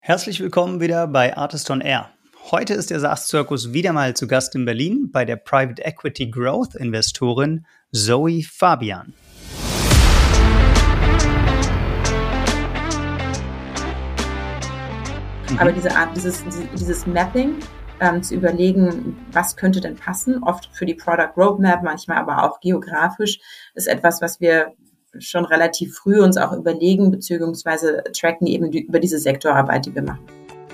Herzlich willkommen wieder bei Artist on Air. Heute ist der SaaS-Zirkus wieder mal zu Gast in Berlin bei der Private Equity Growth Investorin Zoe Fabian. Aber diese Art, dieses Mapping, zu überlegen, was könnte denn passen, oft für die Product Roadmap, manchmal aber auch geografisch, ist etwas, was wir schon relativ früh uns auch überlegen, beziehungsweise tracken eben über diese Sektorarbeit, die wir machen.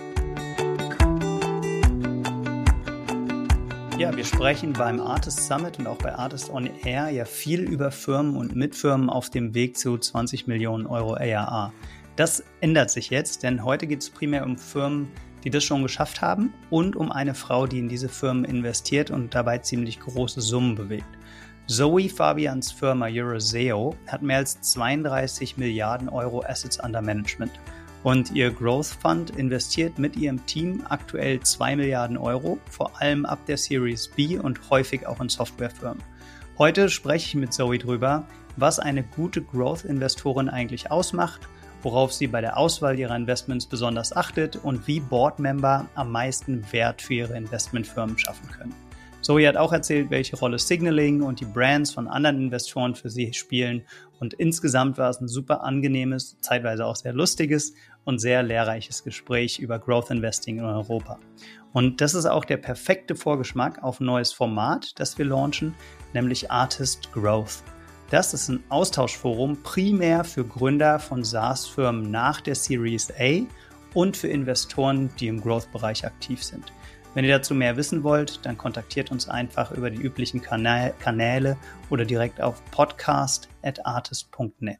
Ja, wir sprechen beim Artist Summit und auch bei Artist on Air ja viel über Firmen und Mitfirmen auf dem Weg zu 20 Millionen Euro ARR. Das ändert sich jetzt, denn heute geht es primär um Firmen, die das schon geschafft haben und um eine Frau, die in diese Firmen investiert und dabei ziemlich große Summen bewegt. Zoe Fabians Firma Eurazeo hat mehr als 32 Milliarden Euro Assets under Management und ihr Growth Fund investiert mit ihrem Team aktuell 2 Milliarden Euro, vor allem ab der Series B und häufig auch in Softwarefirmen. Heute spreche ich mit Zoe drüber, was eine gute Growth-Investorin eigentlich ausmacht, worauf sie bei der Auswahl ihrer Investments besonders achtet und wie Boardmember am meisten Wert für ihre Investmentfirmen schaffen können. Zoe hat auch erzählt, welche Rolle Signaling und die Brands von anderen Investoren für sie spielen und insgesamt war es ein super angenehmes, zeitweise auch sehr lustiges und sehr lehrreiches Gespräch über Growth Investing in Europa. Und das ist auch der perfekte Vorgeschmack auf ein neues Format, das wir launchen, nämlich Artist Growth. Das ist ein Austauschforum primär für Gründer von SaaS-Firmen nach der Series A und für Investoren, die im Growth-Bereich aktiv sind. Wenn ihr dazu mehr wissen wollt, dann kontaktiert uns einfach über die üblichen Kanäle oder direkt auf podcast@artist.net.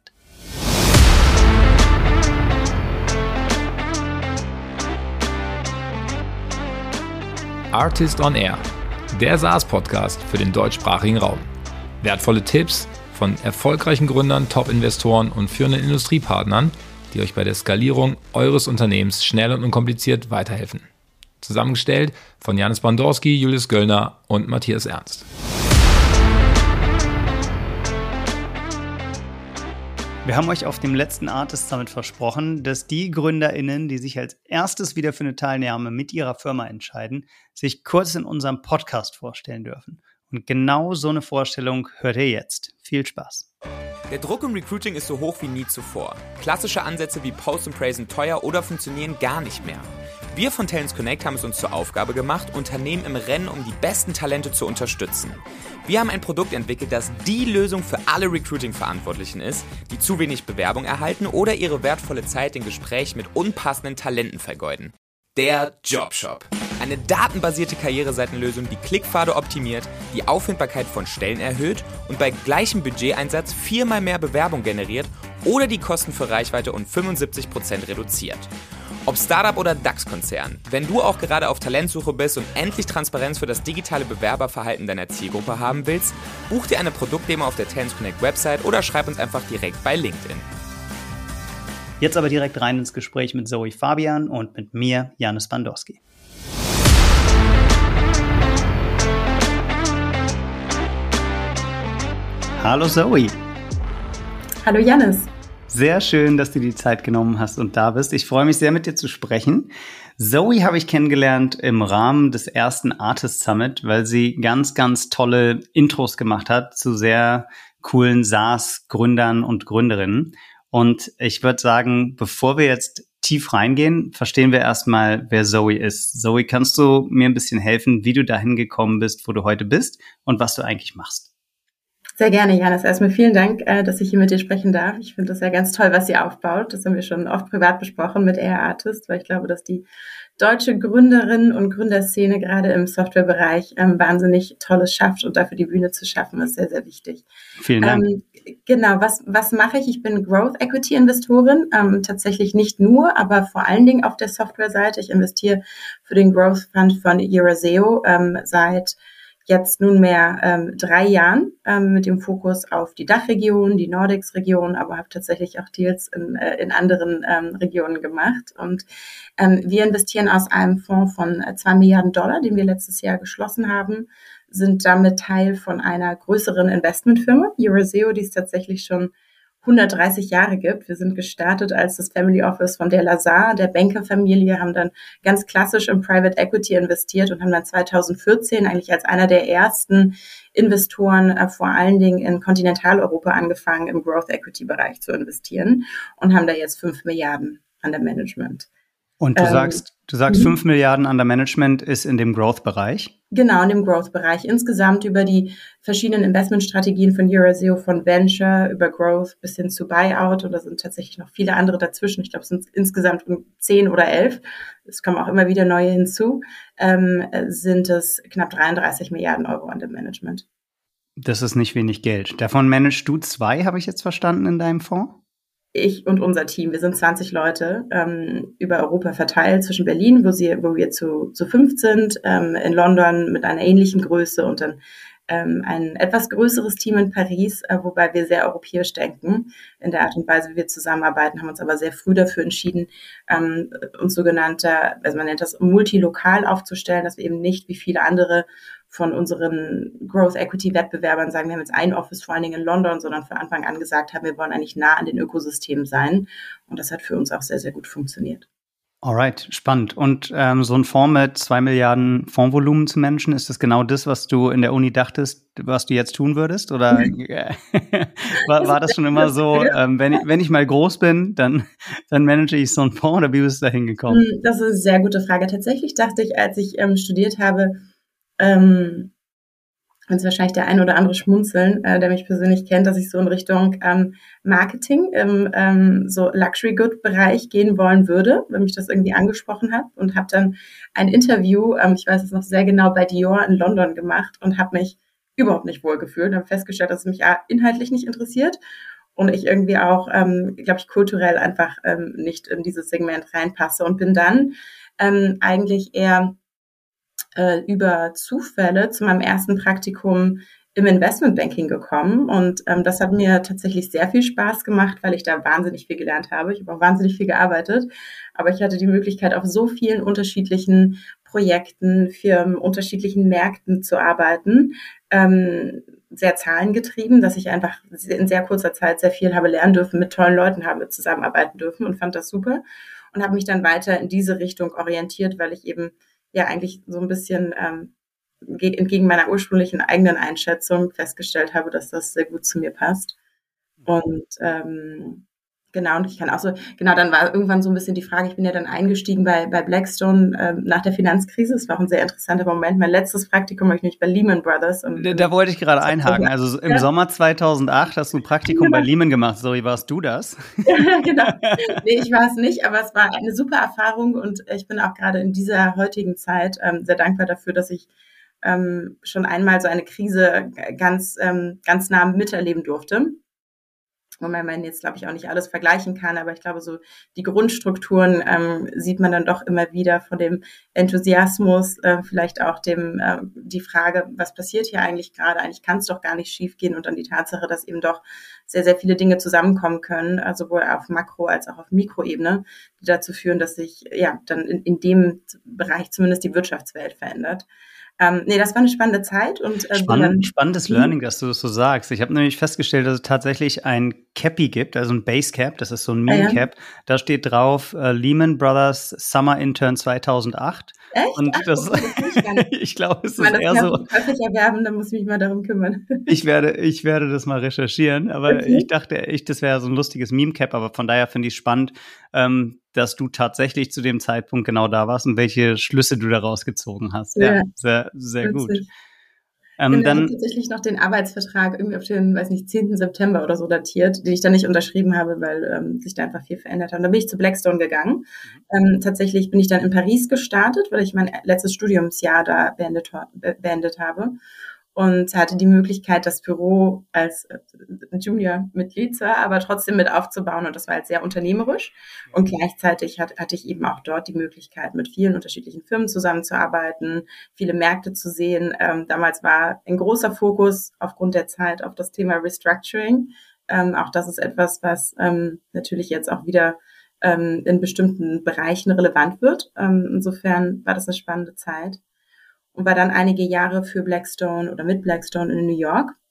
Artist on Air, der SaaS-Podcast für den deutschsprachigen Raum. Wertvolle Tipps von erfolgreichen Gründern, Top-Investoren und führenden Industriepartnern, die euch bei der Skalierung eures Unternehmens schnell und unkompliziert weiterhelfen. Zusammengestellt von Janis Bandorski, Julius Göllner und Matthias Ernst. Wir haben euch auf dem letzten Artist Summit versprochen, dass die GründerInnen, die sich als erstes wieder für eine Teilnahme mit ihrer Firma entscheiden, sich kurz in unserem Podcast vorstellen dürfen. Und genau so eine Vorstellung hört ihr jetzt. Viel Spaß. Der Druck im Recruiting ist so hoch wie nie zuvor. Klassische Ansätze wie Post and Pray sind teuer oder funktionieren gar nicht mehr. Wir von Talents Connect haben es uns zur Aufgabe gemacht, Unternehmen im Rennen um die besten Talente zu unterstützen. Wir haben ein Produkt entwickelt, das die Lösung für alle Recruiting-Verantwortlichen ist, die zu wenig Bewerbung erhalten oder ihre wertvolle Zeit in Gesprächen mit unpassenden Talenten vergeuden. Der Jobshop. Eine datenbasierte Karriereseitenlösung, die Klickpfade optimiert, die Auffindbarkeit von Stellen erhöht und bei gleichem Budgeteinsatz 4-mal mehr Bewerbung generiert oder die Kosten für Reichweite um 75% reduziert. Ob Startup oder DAX-Konzern, wenn du auch gerade auf Talentsuche bist und endlich Transparenz für das digitale Bewerberverhalten deiner Zielgruppe haben willst, buch dir eine Produktdemo auf der Talents Connect Website oder schreib uns einfach direkt bei LinkedIn. Jetzt aber direkt rein ins Gespräch mit Zoe Fabian und mit mir, Janis Bandorski. Hallo Zoe. Hallo Janis. Sehr schön, dass du die Zeit genommen hast und da bist. Ich freue mich sehr, mit dir zu sprechen. Zoe habe ich kennengelernt im Rahmen des ersten Artist Summit, weil sie ganz, ganz tolle Intros gemacht hat zu sehr coolen SaaS-Gründern und Gründerinnen. Und ich würde sagen, bevor wir jetzt tief reingehen, verstehen wir erstmal, wer Zoe ist. Zoe, kannst du mir ein bisschen helfen, wie du dahin gekommen bist, wo du heute bist und was du eigentlich machst? Sehr gerne, Janis. Erstmal vielen Dank, dass ich hier mit dir sprechen darf. Ich finde das ja ganz toll, was ihr aufbaut. Das haben wir schon oft privat besprochen mit AR Artist, weil ich glaube, dass die deutsche Gründerinnen- und Gründerszene gerade im Softwarebereich wahnsinnig Tolles schafft und dafür die Bühne zu schaffen, ist sehr, sehr wichtig. Vielen Dank. Genau, was mache ich? Ich bin Growth Equity Investorin, tatsächlich nicht nur, aber vor allen Dingen auf der Softwareseite. Ich investiere für den Growth Fund von Eurazeo seit jetzt nunmehr 3 Jahren mit dem Fokus auf die Dachregion, die Nordics-Region, aber habe tatsächlich auch Deals in anderen Regionen gemacht. Und wir investieren aus einem Fonds von $2 Milliarden, den wir letztes Jahr geschlossen haben, sind damit Teil von einer größeren Investmentfirma, Eurazeo, die es tatsächlich schon 130 Jahre gibt. Wir sind gestartet als das Family Office von der Lazar, der Bankerfamilie, haben dann ganz klassisch im Private Equity investiert und haben dann 2014 eigentlich als einer der ersten Investoren vor allen Dingen in Kontinentaleuropa angefangen, im Growth Equity Bereich zu investieren und haben da jetzt 5 Milliarden an der Management. Und du sagst 5 Milliarden under Management ist in dem Growth-Bereich? Genau, in dem Growth-Bereich. Insgesamt über die verschiedenen Investmentstrategien von Eurazeo, von Venture über Growth bis hin zu Buyout. Und da sind tatsächlich noch viele andere dazwischen. Ich glaube, es sind insgesamt 10 oder 11. Es kommen auch immer wieder neue hinzu. Sind es knapp 33 Milliarden Euro under Management. Das ist nicht wenig Geld. Davon managst du 2, habe ich jetzt verstanden, in deinem Fonds? Ich und unser Team, wir sind 20 Leute über Europa verteilt, zwischen Berlin, wo wir zu 5 sind, in London mit einer ähnlichen Größe und dann ein etwas größeres Team in Paris, wobei wir sehr europäisch denken in der Art und Weise, wie wir zusammenarbeiten, haben uns aber sehr früh dafür entschieden, uns sogenannter, also man nennt das multilokal aufzustellen, dass wir eben nicht wie viele andere von unseren Growth Equity Wettbewerbern sagen, wir haben jetzt ein Office vor allen Dingen in London, sondern von Anfang an gesagt haben, wir wollen eigentlich nah an den Ökosystemen sein. Und das hat für uns auch sehr, sehr gut funktioniert. Alright, spannend. Und so ein Fonds mit 2 Milliarden Fondsvolumen zu managen, ist das genau das, was du in der Uni dachtest, was du jetzt tun würdest? Oder war das schon immer so, wenn ich mal groß bin, dann manage ich so einen Fonds, oder wie bist du da hingekommen? Das ist eine sehr gute Frage. Tatsächlich dachte ich, als ich studiert habe, jetzt wahrscheinlich der ein oder andere schmunzeln, der mich persönlich kennt, dass ich so in Richtung Marketing im so Luxury-Good-Bereich gehen wollen würde, wenn mich das irgendwie angesprochen hat, und habe dann ein Interview, ich weiß es noch sehr genau, bei Dior in London gemacht und habe mich überhaupt nicht wohlgefühlt, habe festgestellt, dass es mich inhaltlich nicht interessiert und ich irgendwie auch, glaube ich, kulturell einfach nicht in dieses Segment reinpasse, und bin dann eigentlich eher über Zufälle zu meinem ersten Praktikum im Investmentbanking gekommen, und das hat mir tatsächlich sehr viel Spaß gemacht, weil ich da wahnsinnig viel gelernt habe. Ich habe auch wahnsinnig viel gearbeitet, aber ich hatte die Möglichkeit, auf so vielen unterschiedlichen Projekten, Firmen, unterschiedlichen Märkten zu arbeiten, sehr zahlengetrieben, dass ich einfach in sehr kurzer Zeit sehr viel habe lernen dürfen, mit tollen Leuten habe zusammenarbeiten dürfen, und fand das super und habe mich dann weiter in diese Richtung orientiert, weil ich eben ja eigentlich so ein bisschen entgegen meiner ursprünglichen eigenen Einschätzung festgestellt habe, dass das sehr gut zu mir passt. Und genau, und ich kann auch so, genau, dann war irgendwann so ein bisschen die Frage, ich bin ja dann eingestiegen bei Blackstone nach der Finanzkrise. Es war auch ein sehr interessanter Moment. Mein letztes Praktikum habe ich nämlich bei Lehman Brothers. Da wollte ich gerade einhaken. Also im Sommer 2008 hast du ein Praktikum bei Lehman gemacht. Sorry, warst du das? Ja, genau. Nee, ich war es nicht, aber es war eine super Erfahrung, und ich bin auch gerade in dieser heutigen Zeit sehr dankbar dafür, dass ich schon einmal so eine Krise ganz nah miterleben durfte. Wobei man jetzt, glaube ich, auch nicht alles vergleichen kann, aber ich glaube, so die Grundstrukturen sieht man dann doch immer wieder, von dem Enthusiasmus, vielleicht auch die Frage, was passiert hier eigentlich gerade? Eigentlich kann es doch gar nicht schiefgehen, und dann die Tatsache, dass eben doch sehr, sehr viele Dinge zusammenkommen können, also sowohl auf Makro- als auch auf Mikroebene, die dazu führen, dass sich ja dann in dem Bereich zumindest die Wirtschaftswelt verändert. Nee, das war eine spannende Zeit. Und spannendes Learning, dass du das so sagst. Ich habe nämlich festgestellt, dass es tatsächlich ein Cappy gibt, also ein Base Cap, das ist so ein Meme Cap. Ja. Da steht drauf Lehman Brothers Summer Intern 2008. Echt? Und das ich glaube, es ist eher so. Das kann ich erwerben, dann muss ich mich mal darum kümmern. Ich werde das mal recherchieren, aber okay. Ich dachte echt, das wäre so ein lustiges Meme-Cap, aber von daher finde ich es spannend, dass du tatsächlich zu dem Zeitpunkt genau da warst und welche Schlüsse du daraus gezogen hast. Ja, sehr, sehr gut. Dann tatsächlich noch den Arbeitsvertrag irgendwie auf den, 10. September oder so datiert, den ich dann nicht unterschrieben habe, weil sich da einfach viel verändert hat. Dann bin ich zu Blackstone gegangen. Tatsächlich bin ich dann in Paris gestartet, weil ich mein letztes Studiumsjahr da beendet habe. Und hatte die Möglichkeit, das Büro als Junior-Mitglied zwar, aber trotzdem mit aufzubauen. Und das war halt sehr unternehmerisch. Und gleichzeitig hatte ich eben auch dort die Möglichkeit, mit vielen unterschiedlichen Firmen zusammenzuarbeiten, viele Märkte zu sehen. Damals war ein großer Fokus aufgrund der Zeit auf das Thema Restructuring. Auch das ist etwas, was natürlich jetzt auch wieder in bestimmten Bereichen relevant wird. Insofern war das eine spannende Zeit. Und war dann einige Jahre für Blackstone oder mit Blackstone in New York,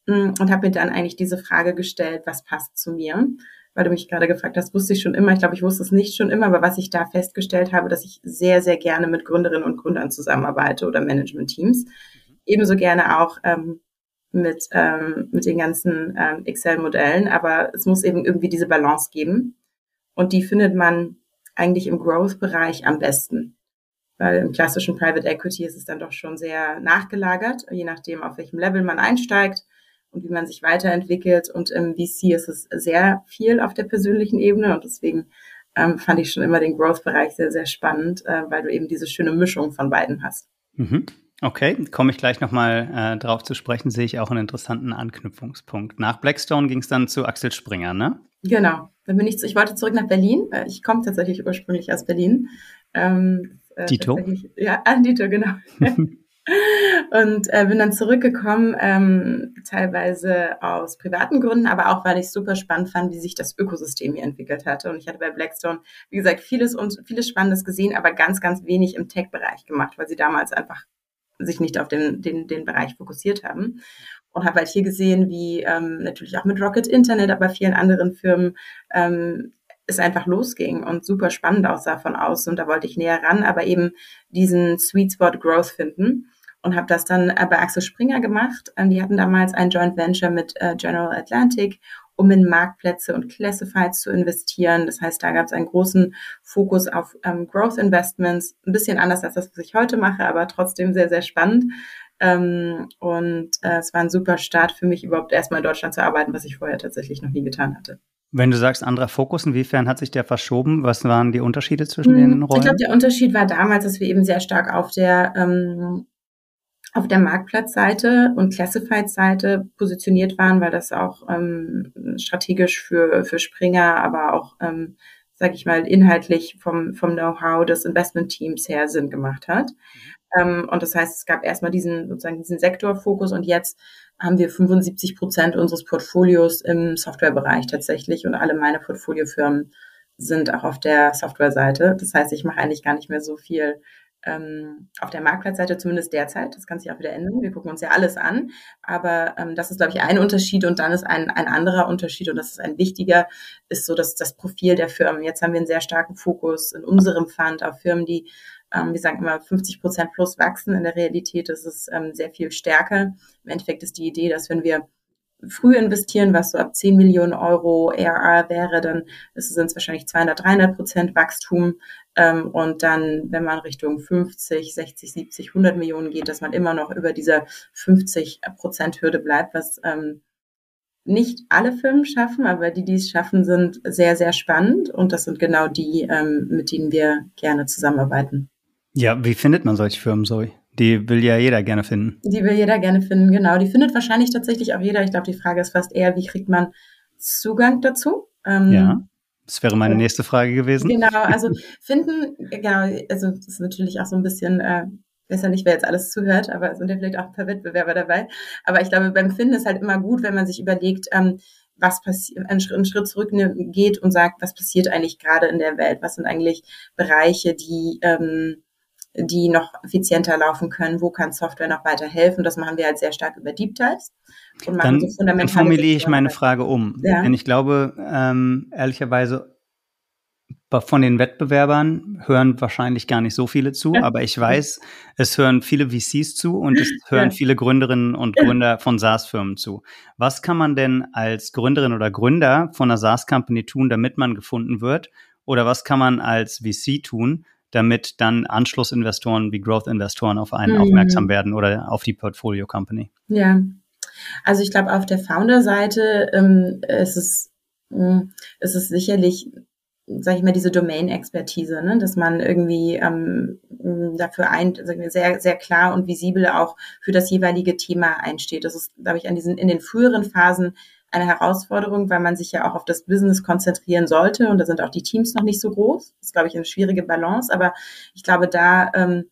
und habe mir dann eigentlich diese Frage gestellt, was passt zu mir? Weil du mich gerade gefragt hast, wusste ich schon immer. Ich glaube, ich wusste es nicht schon immer, aber was ich da festgestellt habe, dass ich sehr, sehr gerne mit Gründerinnen und Gründern zusammenarbeite oder Management-Teams. Ebenso gerne auch mit den ganzen Excel-Modellen, aber es muss eben irgendwie diese Balance geben. Und die findet man eigentlich im Growth-Bereich am besten. Weil im klassischen Private Equity ist es dann doch schon sehr nachgelagert, je nachdem, auf welchem Level man einsteigt und wie man sich weiterentwickelt. Und im VC ist es sehr viel auf der persönlichen Ebene und deswegen fand ich schon immer den Growth-Bereich sehr, sehr spannend, weil du eben diese schöne Mischung von beiden hast. Mhm. Okay, komme ich gleich nochmal drauf zu sprechen, sehe ich auch einen interessanten Anknüpfungspunkt. Nach Blackstone ging es dann zu Axel Springer, ne? Genau, dann bin ich wollte zurück nach Berlin. Ich komme tatsächlich ursprünglich aus Berlin. Dito? Ja, Dito, genau. Und bin dann zurückgekommen, teilweise aus privaten Gründen, aber auch, weil ich super spannend fand, wie sich das Ökosystem hier entwickelt hatte. Und ich hatte bei Blackstone, wie gesagt, vieles Spannendes gesehen, aber ganz, ganz wenig im Tech-Bereich gemacht, weil sie damals einfach sich nicht auf den Bereich fokussiert haben. Und habe halt hier gesehen, wie natürlich auch mit Rocket Internet, aber vielen anderen Firmen es einfach losging und super spannend aussah von außen. Und da wollte ich näher ran, aber eben diesen Sweet Spot Growth finden. Und habe das dann bei Axel Springer gemacht. Die hatten damals ein Joint Venture mit General Atlantic, um in Marktplätze und Classifieds zu investieren. Das heißt, da gab es einen großen Fokus auf Growth Investments. Ein bisschen anders als das, was ich heute mache, aber trotzdem sehr, sehr spannend. Und es war ein super Start für mich, überhaupt erstmal in Deutschland zu arbeiten, was ich vorher tatsächlich noch nie getan hatte. Wenn du sagst, anderer Fokus, inwiefern hat sich der verschoben? Was waren die Unterschiede zwischen den Rollen? Ich glaube, der Unterschied war damals, dass wir eben sehr stark auf der Marktplatzseite und Classified-Seite positioniert waren, weil das auch strategisch für Springer, aber auch, sage ich mal, inhaltlich vom Know-how des Investment-Teams her Sinn gemacht hat. Und das heißt, es gab erstmal diesen Sektorfokus und jetzt haben wir 75% unseres Portfolios im Softwarebereich tatsächlich und alle meine Portfoliofirmen sind auch auf der Softwareseite. Das heißt, ich mache eigentlich gar nicht mehr so viel auf der Marktplatzseite, zumindest derzeit. Das kann sich auch wieder ändern. Wir gucken uns ja alles an. Aber das ist, glaube ich, ein Unterschied. Und dann ist ein anderer Unterschied, und das ist ein wichtiger, ist so das Profil der Firmen. Jetzt haben wir einen sehr starken Fokus in unserem Fund auf Firmen, die, wir sagen immer, 50% plus wachsen. In der Realität ist es sehr viel stärker. Im Endeffekt ist die Idee, dass wenn wir früh investieren, was so ab 10 Millionen Euro ARR wäre, dann ist es wahrscheinlich 200-300% Wachstum. Und dann, wenn man Richtung 50, 60, 70, 100 Millionen geht, dass man immer noch über dieser 50% Hürde bleibt, was nicht alle Firmen schaffen, aber die es schaffen, sind sehr, sehr spannend. Und das sind genau die, mit denen wir gerne zusammenarbeiten. Ja, wie findet man solche Firmen, Zoe? Die will ja jeder gerne finden. Die will jeder gerne finden, genau. Die findet wahrscheinlich tatsächlich auch jeder. Ich glaube, die Frage ist fast eher, wie kriegt man Zugang dazu? Ja, das wäre meine nächste Frage gewesen. Genau, also also das ist natürlich auch so ein bisschen, weiß ja nicht, wer jetzt alles zuhört, aber es sind ja vielleicht auch ein paar Wettbewerber dabei. Aber ich glaube, beim Finden ist halt immer gut, wenn man sich überlegt, was passiert, einen Schritt zurück geht und sagt, was passiert eigentlich gerade in der Welt? Was sind eigentlich Bereiche, die noch effizienter laufen können, wo kann Software noch weiter helfen. Das machen wir halt sehr stark über Deep Dives. Und dann formuliere ich meine Frage um. Ja. Denn ich glaube, ehrlicherweise, von den Wettbewerbern hören wahrscheinlich gar nicht so viele zu, aber ich weiß, es hören viele VCs zu und es hören viele Gründerinnen und Gründer von SaaS-Firmen zu. Was kann man denn als Gründerin oder Gründer von einer SaaS-Company tun, damit man gefunden wird? Oder was kann man als VC tun, damit dann Anschlussinvestoren wie Growth-Investoren auf einen aufmerksam werden oder auf die Portfolio-Company? Ja, also ich glaube, auf der Founder-Seite ist es sicherlich, sage ich mal, diese Domain-Expertise, ne? Dass man irgendwie dafür sehr, sehr klar und visibel auch für das jeweilige Thema einsteht. Das ist, glaube ich, in den früheren Phasen eine Herausforderung, weil man sich ja auch auf das Business konzentrieren sollte und da sind auch die Teams noch nicht so groß. Das ist, glaube ich, eine schwierige Balance, aber ich glaube, da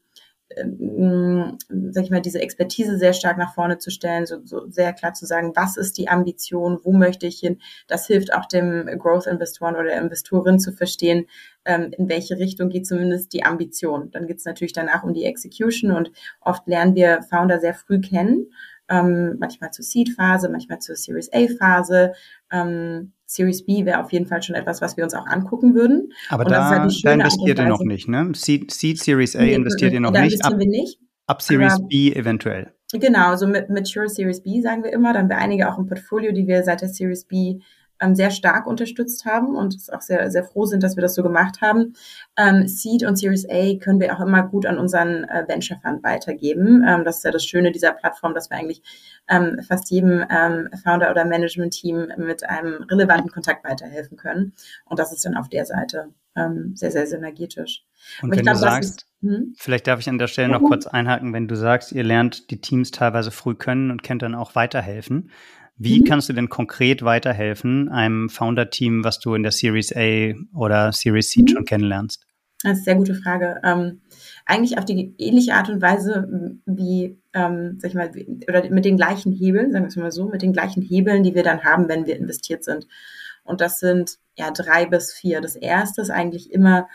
sag ich mal, diese Expertise sehr stark nach vorne zu stellen, so sehr klar zu sagen, was ist die Ambition, wo möchte ich hin, das hilft auch dem Growth-Investoren oder der Investorin zu verstehen, in welche Richtung geht zumindest die Ambition. Dann geht es natürlich danach um die Execution und oft lernen wir Founder sehr früh kennen manchmal zur Seed-Phase, manchmal zur Series A-Phase. Series B wäre auf jeden Fall schon etwas, was wir uns auch angucken würden. Aber und das ist halt die da schöne investiert ihr Art und noch Weise. nicht, ne? Seed Series A investiert ihr noch Da nicht. investieren wir nicht. Ab Series Aber B eventuell. Genau, so mit Mature Series B sagen wir immer. Da haben wir einige auch im Portfolio, die wir seit der Series B sehr stark unterstützt haben und auch sehr, sehr froh sind, dass wir das so gemacht haben. Seed und Series A können wir auch immer gut an unseren Venture Fund weitergeben. Das ist ja das Schöne dieser Plattform, dass wir eigentlich fast jedem Founder oder Management-Team mit einem relevanten Kontakt weiterhelfen können. Und das ist dann auf der Seite sehr, sehr synergetisch. Und Aber wenn du sagst, vielleicht darf ich an der Stelle noch kurz einhaken, wenn du sagst, ihr lernt die Teams teilweise früh können und könnt dann auch weiterhelfen. Wie kannst du denn konkret weiterhelfen einem Founder-Team, was du in der Series A oder Series C schon kennenlernst? Das ist eine sehr gute Frage. Eigentlich auf die ähnliche Art und Weise wie, sag ich mal, oder mit den gleichen Hebeln, sagen wir es mal so, mit den gleichen Hebeln, die wir dann haben, wenn wir investiert sind. Und das sind 3 bis 4. Das erste ist eigentlich immer,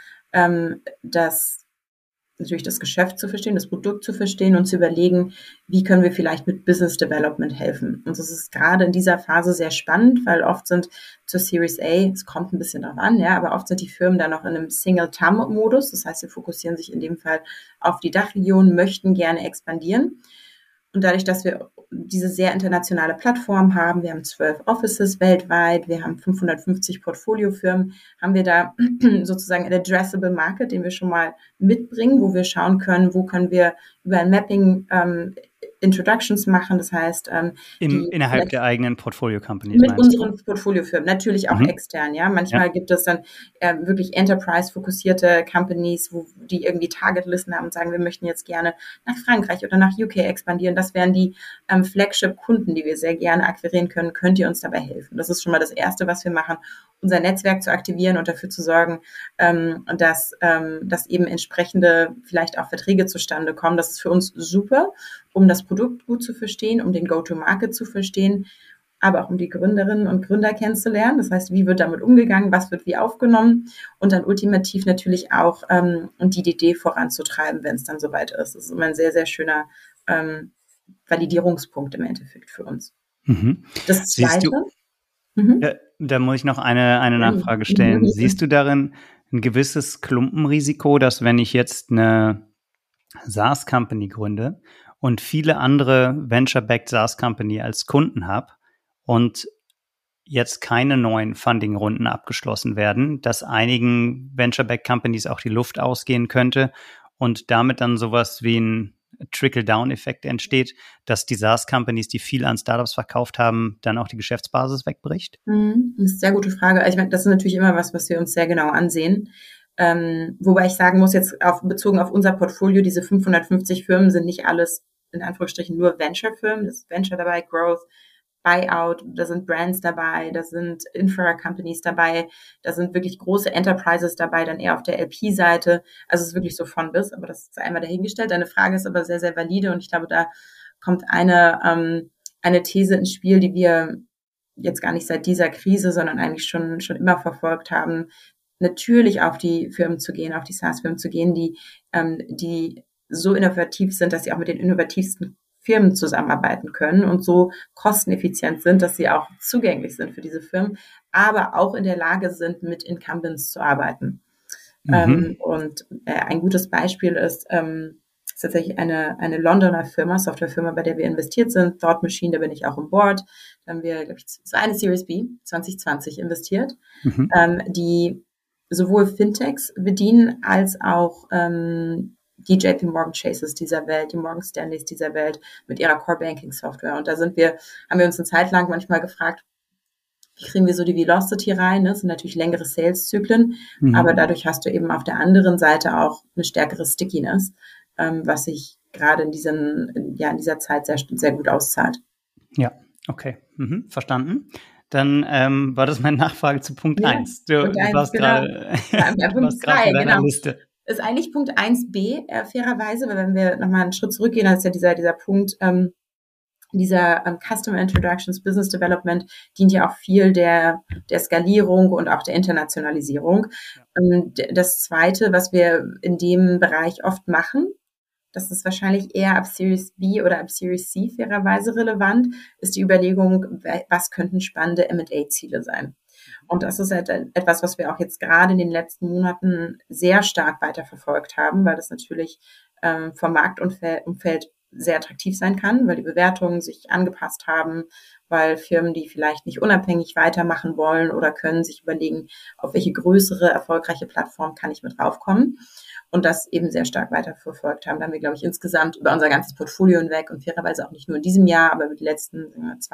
natürlich das Geschäft zu verstehen, das Produkt zu verstehen und zu überlegen, wie können wir vielleicht mit Business Development helfen. Und das ist gerade in dieser Phase sehr spannend, weil oft sind zur Series A, es kommt ein bisschen drauf an, ja, aber oft sind die Firmen dann noch in einem Single-Thumb-Modus. Das heißt, sie fokussieren sich in dem Fall auf die Dachregion, möchten gerne expandieren. Und dadurch, dass wir diese sehr internationale Plattform haben, wir haben 12 Offices weltweit, wir haben 550 Portfoliofirmen, haben wir da sozusagen ein addressable Market, den wir schon mal mitbringen, wo wir schauen können, wo können wir über ein Mapping Introductions machen, das heißt innerhalb der eigenen Portfolio-Companies mit unseren Portfoliofirmen, natürlich auch extern, ja. Manchmal gibt es dann wirklich Enterprise-fokussierte Companies, die irgendwie Targetlisten haben und sagen, wir möchten jetzt gerne nach Frankreich oder nach UK expandieren. Das wären die Flagship-Kunden, die wir sehr gerne akquirieren können. Könnt ihr uns dabei helfen? Das ist schon mal das Erste, was wir machen, unser Netzwerk zu aktivieren und dafür zu sorgen, dass eben entsprechende vielleicht auch Verträge zustande kommen. Das ist für uns super, um das Produkt gut zu verstehen, um den Go-to-Market zu verstehen, aber auch um die Gründerinnen und Gründer kennenzulernen. Das heißt, wie wird damit umgegangen, was wird wie aufgenommen und dann ultimativ natürlich auch die Idee voranzutreiben, wenn es dann soweit ist. Das ist immer ein sehr, sehr schöner Validierungspunkt im Endeffekt für uns. Das Zweite. Da muss ich noch eine Nachfrage stellen. Siehst du darin ein gewisses Klumpenrisiko, dass wenn ich jetzt eine SaaS-Company gründe und viele andere Venture-Backed SaaS-Company als Kunden habe und jetzt keine neuen Funding-Runden abgeschlossen werden, dass einigen Venture-Backed Companies auch die Luft ausgehen könnte und damit dann sowas wie ein Trickle-Down-Effekt entsteht, dass die SaaS-Companies, die viel an Startups verkauft haben, dann auch die Geschäftsbasis wegbricht? Das ist eine sehr gute Frage. Ich meine, das ist natürlich immer was wir uns sehr genau ansehen. Wobei ich sagen muss, jetzt bezogen auf unser Portfolio, diese 550 Firmen sind nicht alles, in Anführungsstrichen, nur Venture-Firmen. Das ist Venture dabei, Growth, Buyout, da sind Brands dabei, da sind Infra-Companies dabei, da sind wirklich große Enterprises dabei, dann eher auf der LP-Seite. Also es ist wirklich so von bis, aber das ist einmal dahingestellt. Deine Frage ist aber sehr, sehr valide und ich glaube, da kommt eine These ins Spiel, die wir jetzt gar nicht seit dieser Krise, sondern eigentlich schon immer verfolgt haben, natürlich auf die Firmen zu gehen, auf die SaaS-Firmen zu gehen, die so innovativ sind, dass sie auch mit den innovativsten Firmen zusammenarbeiten können und so kosteneffizient sind, dass sie auch zugänglich sind für diese Firmen, aber auch in der Lage sind, mit Incumbents zu arbeiten. Und ein gutes Beispiel ist tatsächlich eine Londoner Firma, Softwarefirma, bei der wir investiert sind, Thought Machine, da bin ich auch im Board. Da haben wir, glaube ich, so eine Series B 2020 investiert, die sowohl Fintechs bedienen als auch die JP Morgan Chases dieser Welt, die Morgan Stanleys dieser Welt mit ihrer Core Banking Software. Und da haben wir uns eine Zeit lang manchmal gefragt, wie kriegen wir so die Velocity rein? Das sind natürlich längere Sales-Zyklen, aber dadurch hast du eben auf der anderen Seite auch eine stärkere Stickiness, was sich gerade in dieser Zeit sehr, sehr gut auszahlt. Ja, okay. Verstanden. Dann war das meine Nachfrage zu Punkt 1. Du warst gerade Punkt 2, in deiner Liste. Ist eigentlich Punkt 1b, fairerweise, weil wenn wir nochmal einen Schritt zurückgehen, dann ist ja dieser Punkt, dieser Customer Introductions, Business Development dient ja auch viel der Skalierung und auch der Internationalisierung. Das Zweite, was wir in dem Bereich oft machen, das ist wahrscheinlich eher ab Series B oder ab Series C fairerweise relevant, ist die Überlegung, was könnten spannende M&A-Ziele sein. Und das ist halt etwas, was wir auch jetzt gerade in den letzten Monaten sehr stark weiterverfolgt haben, weil das natürlich vom Marktumfeld sehr attraktiv sein kann, weil die Bewertungen sich angepasst haben, weil Firmen, die vielleicht nicht unabhängig weitermachen wollen oder können, sich überlegen, auf welche größere, erfolgreiche Plattform kann ich mit draufkommen. Und das eben sehr stark weiterverfolgt haben. Da haben wir, glaube ich, insgesamt über unser ganzes Portfolio hinweg und fairerweise auch nicht nur in diesem Jahr, aber über die letzten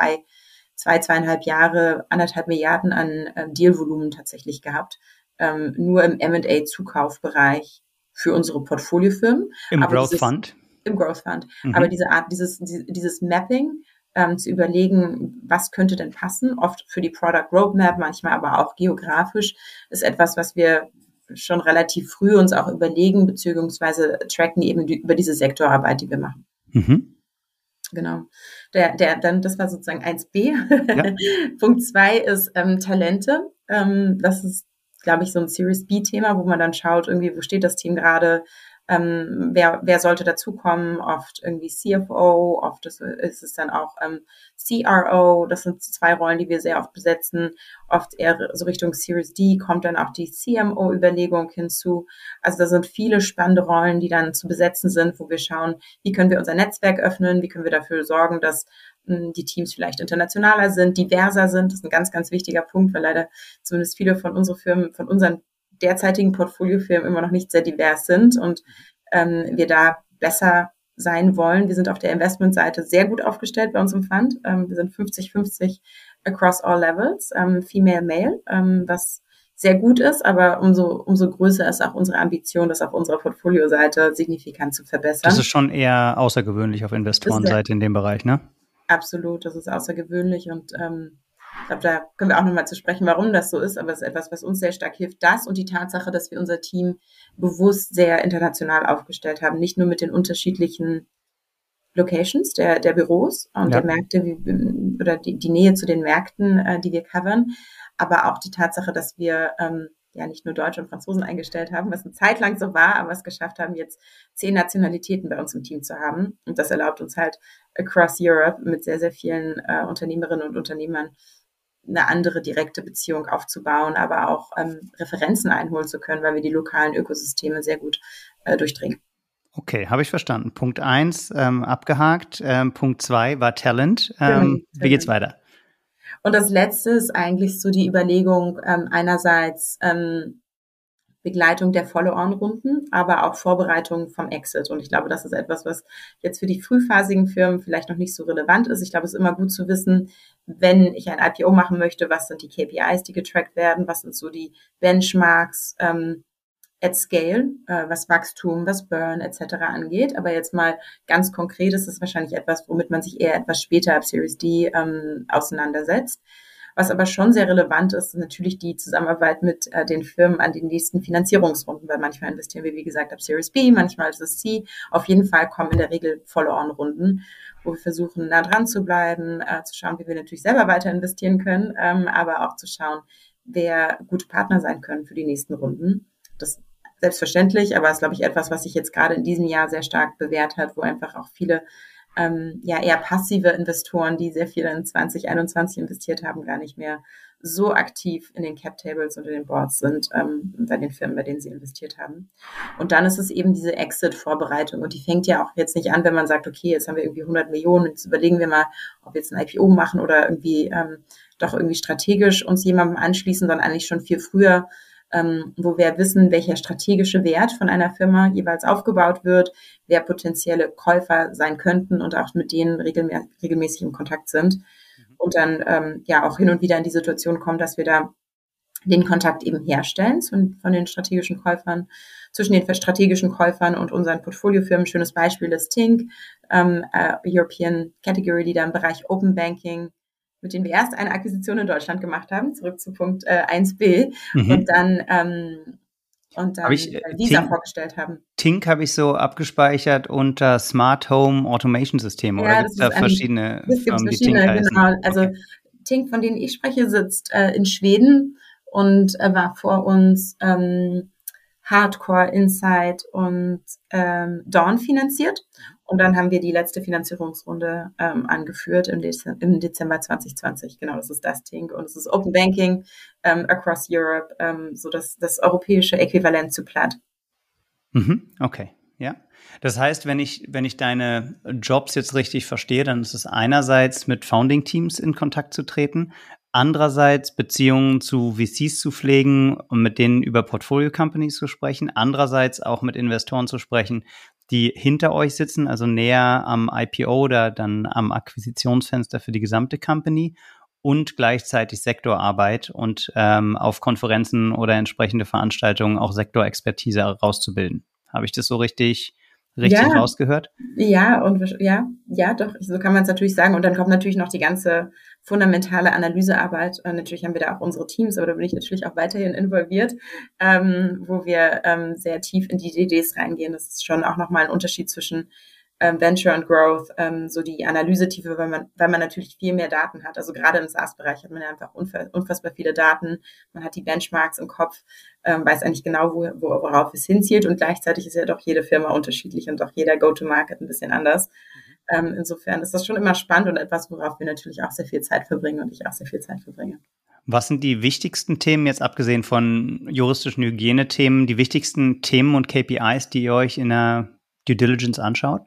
2,5 Jahre 1,5 Milliarden an Dealvolumen tatsächlich gehabt. Nur im M&A-Zukaufbereich für unsere Portfoliofirmen. Im Growth Fund? Im Growth Fund. Aber diese Art, dieses Mapping, zu überlegen, was könnte denn passen, oft für die Product Roadmap, manchmal aber auch geografisch, ist etwas, was wir schon relativ früh uns auch überlegen, beziehungsweise tracken eben über diese Sektorarbeit, die wir machen. Mhm. Genau. Dann, das war sozusagen 1b. Ja. Punkt 2 ist Talente. Das ist, glaube ich, so ein Series B-Thema, wo man dann schaut, irgendwie, wo steht das Team gerade, wer sollte dazukommen, oft irgendwie CFO, oft ist es dann auch CRO, das sind 2 Rollen, die wir sehr oft besetzen, oft eher so Richtung Series D kommt dann auch die CMO-Überlegung hinzu, also da sind viele spannende Rollen, die dann zu besetzen sind, wo wir schauen, wie können wir unser Netzwerk öffnen, wie können wir dafür sorgen, dass die Teams vielleicht internationaler sind, diverser sind, das ist ein ganz, ganz wichtiger Punkt, weil leider zumindest viele von unseren derzeitigen Portfoliofirmen immer noch nicht sehr divers sind und wir da besser sein wollen. Wir sind auf der Investmentseite sehr gut aufgestellt bei uns im Fund. Wir sind 50-50 across all levels, female, male, was sehr gut ist, aber umso größer ist auch unsere Ambition, das auf unserer Portfolioseite signifikant zu verbessern. Das ist schon eher außergewöhnlich auf Investorenseite in dem Bereich, ne? Absolut, das ist außergewöhnlich und ich glaube, da können wir auch nochmal zu sprechen, warum das so ist, aber es ist etwas, was uns sehr stark hilft. Das und die Tatsache, dass wir unser Team bewusst sehr international aufgestellt haben, nicht nur mit den unterschiedlichen Locations der Büros und der Märkte oder die Nähe zu den Märkten, die wir covern, aber auch die Tatsache, dass wir nicht nur Deutsche und Franzosen eingestellt haben, was eine Zeit lang so war, aber es geschafft haben, jetzt 10 Nationalitäten bei uns im Team zu haben. Und das erlaubt uns halt across Europe mit sehr, sehr vielen Unternehmerinnen und Unternehmern eine andere direkte Beziehung aufzubauen, aber auch Referenzen einholen zu können, weil wir die lokalen Ökosysteme sehr gut durchdringen. Okay, habe ich verstanden. Punkt 1 abgehakt. Punkt 2 war Talent. Wie geht's weiter? Und das Letzte ist eigentlich so die Überlegung, einerseits Begleitung der Follow-on-Runden, aber auch Vorbereitung vom Exit. Und ich glaube, das ist etwas, was jetzt für die frühphasigen Firmen vielleicht noch nicht so relevant ist. Ich glaube, es ist immer gut zu wissen, wenn ich ein IPO machen möchte, was sind die KPIs, die getrackt werden, was sind so die Benchmarks at scale, was Wachstum, was Burn etc. angeht. Aber jetzt mal ganz konkret ist es wahrscheinlich etwas, womit man sich eher etwas später ab Series D auseinandersetzt. Was aber schon sehr relevant ist, ist natürlich die Zusammenarbeit mit den Firmen an den nächsten Finanzierungsrunden, weil manchmal investieren wir, wie gesagt, ab Series B, manchmal ist es C. Auf jeden Fall kommen in der Regel Follow-on-Runden, wo wir versuchen, nah dran zu bleiben, zu schauen, wie wir natürlich selber weiter investieren können, aber auch zu schauen, wer gute Partner sein können für die nächsten Runden. Das ist selbstverständlich, aber ist, glaube ich, etwas, was sich jetzt gerade in diesem Jahr sehr stark bewährt hat, wo einfach auch viele eher passive Investoren, die sehr viel in 2021 investiert haben, gar nicht mehr so aktiv in den Cap-Tables und in den Boards sind bei den Firmen, bei denen sie investiert haben. Und dann ist es eben diese Exit-Vorbereitung und die fängt ja auch jetzt nicht an, wenn man sagt, okay, jetzt haben wir irgendwie 100 Millionen, jetzt überlegen wir mal, ob wir jetzt ein IPO machen oder irgendwie doch irgendwie strategisch uns jemandem anschließen, sondern eigentlich schon viel früher, wo wir wissen, welcher strategische Wert von einer Firma jeweils aufgebaut wird, wer potenzielle Käufer sein könnten und auch mit denen regelmäßig im Kontakt sind. Und dann auch hin und wieder in die Situation kommen, dass wir da den Kontakt eben herstellen von den strategischen Käufern, zwischen den strategischen Käufern und unseren Portfoliofirmen. Schönes Beispiel ist Tink, European Category Leader im Bereich Open Banking, mit denen wir erst eine Akquisition in Deutschland gemacht haben, zurück zu Punkt 1b, und dann Visa vorgestellt haben. Tink habe ich so abgespeichert unter Smart Home Automation System, oder gibt es da verschiedene Firmen, die Tink heißen? Genau. Also Tink, von denen ich spreche, sitzt in Schweden und war vor uns Hardcore, Insight und Dawn finanziert. Und dann haben wir die letzte Finanzierungsrunde angeführt im Dezember 2020. Genau, das ist das Ding. Und es ist Open Banking across Europe, so das europäische Äquivalent zu Plaid. Okay, ja. Das heißt, wenn ich deine Jobs jetzt richtig verstehe, dann ist es einerseits mit Founding-Teams in Kontakt zu treten, andererseits Beziehungen zu VCs zu pflegen und mit denen über Portfolio-Companies zu sprechen, andererseits auch mit Investoren zu sprechen, die hinter euch sitzen, also näher am IPO oder dann am Akquisitionsfenster für die gesamte Company und gleichzeitig Sektorarbeit und auf Konferenzen oder entsprechende Veranstaltungen auch Sektorexpertise herauszubilden. Habe ich das so richtig rausgehört? Ja, doch, so kann man es natürlich sagen. Und dann kommt natürlich noch die ganze fundamentale Analysearbeit. Natürlich haben wir da auch unsere Teams, aber da bin ich natürlich auch weiterhin involviert, wo wir sehr tief in die DDs reingehen. Das ist schon auch nochmal ein Unterschied zwischen Venture und Growth, so die Analysetiefe, weil man natürlich viel mehr Daten hat. Also gerade im SaaS-Bereich hat man ja einfach unfassbar viele Daten. Man hat die Benchmarks im Kopf, weiß eigentlich genau, worauf es hinzielt. Und gleichzeitig ist ja doch jede Firma unterschiedlich und auch jeder Go-to-Market ein bisschen anders. Insofern ist das schon immer spannend und etwas, worauf wir natürlich auch sehr viel Zeit verbringen und ich auch sehr viel Zeit verbringe. Was sind die wichtigsten Themen, jetzt abgesehen von juristischen Hygienethemen, die wichtigsten Themen und KPIs, die ihr euch in der Due Diligence anschaut?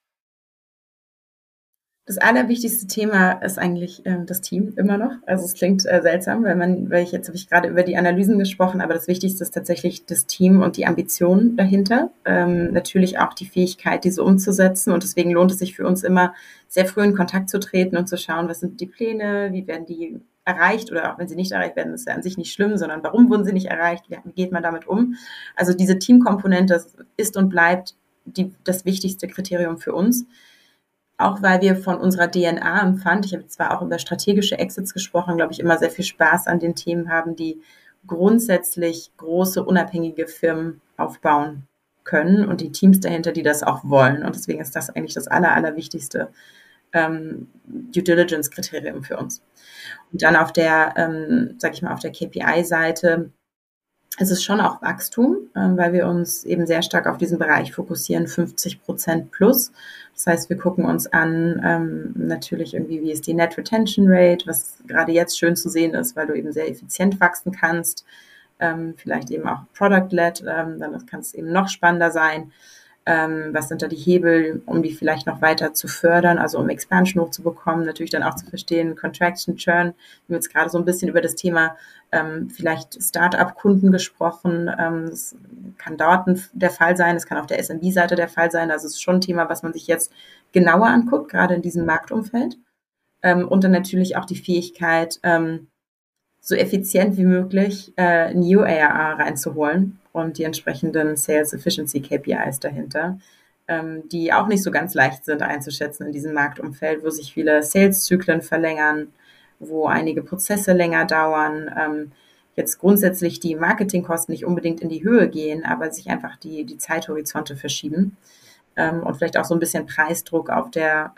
Das allerwichtigste Thema ist eigentlich das Team immer noch. Also es klingt seltsam, jetzt habe ich gerade über die Analysen gesprochen, aber das Wichtigste ist tatsächlich das Team und die Ambition dahinter. Natürlich auch die Fähigkeit, diese umzusetzen. Und deswegen lohnt es sich für uns immer, sehr früh in Kontakt zu treten und zu schauen, was sind die Pläne, wie werden die erreicht oder auch wenn sie nicht erreicht werden, ist ja an sich nicht schlimm, sondern warum wurden sie nicht erreicht, wie geht man damit um? Also diese Teamkomponente ist und bleibt das wichtigste Kriterium für uns. Auch weil wir von unserer DNA im Fund, ich habe zwar auch über strategische Exits gesprochen, glaube ich, immer sehr viel Spaß an den Themen haben, die grundsätzlich große, unabhängige Firmen aufbauen können und die Teams dahinter, die das auch wollen. Und deswegen ist das eigentlich das allerwichtigste Due Diligence-Kriterium für uns. Und dann auf der, auf der KPI-Seite es ist schon auch Wachstum, weil wir uns eben sehr stark auf diesen Bereich fokussieren, 50% plus. Das heißt, wir gucken uns an, natürlich irgendwie, wie ist die Net Retention Rate, was gerade jetzt schön zu sehen ist, weil du eben sehr effizient wachsen kannst, vielleicht eben auch Product-led, dann kann es eben noch spannender sein. Was sind da die Hebel, um die vielleicht noch weiter zu fördern, also um Expansion hochzubekommen, natürlich dann auch zu verstehen, Contraction, Churn. Wir haben jetzt gerade so ein bisschen über das Thema vielleicht Start-up-Kunden gesprochen. Das kann dort der Fall sein, es kann auf der SMB-Seite der Fall sein. Also es ist schon ein Thema, was man sich jetzt genauer anguckt, gerade in diesem Marktumfeld. Und dann natürlich auch die Fähigkeit, so effizient wie möglich New ARR reinzuholen und die entsprechenden Sales Efficiency KPIs dahinter, die auch nicht so ganz leicht sind einzuschätzen in diesem Marktumfeld, wo sich viele Sales-Zyklen verlängern, wo einige Prozesse länger dauern, jetzt grundsätzlich die Marketingkosten nicht unbedingt in die Höhe gehen, aber sich einfach die Zeithorizonte verschieben und vielleicht auch so ein bisschen Preisdruck auf der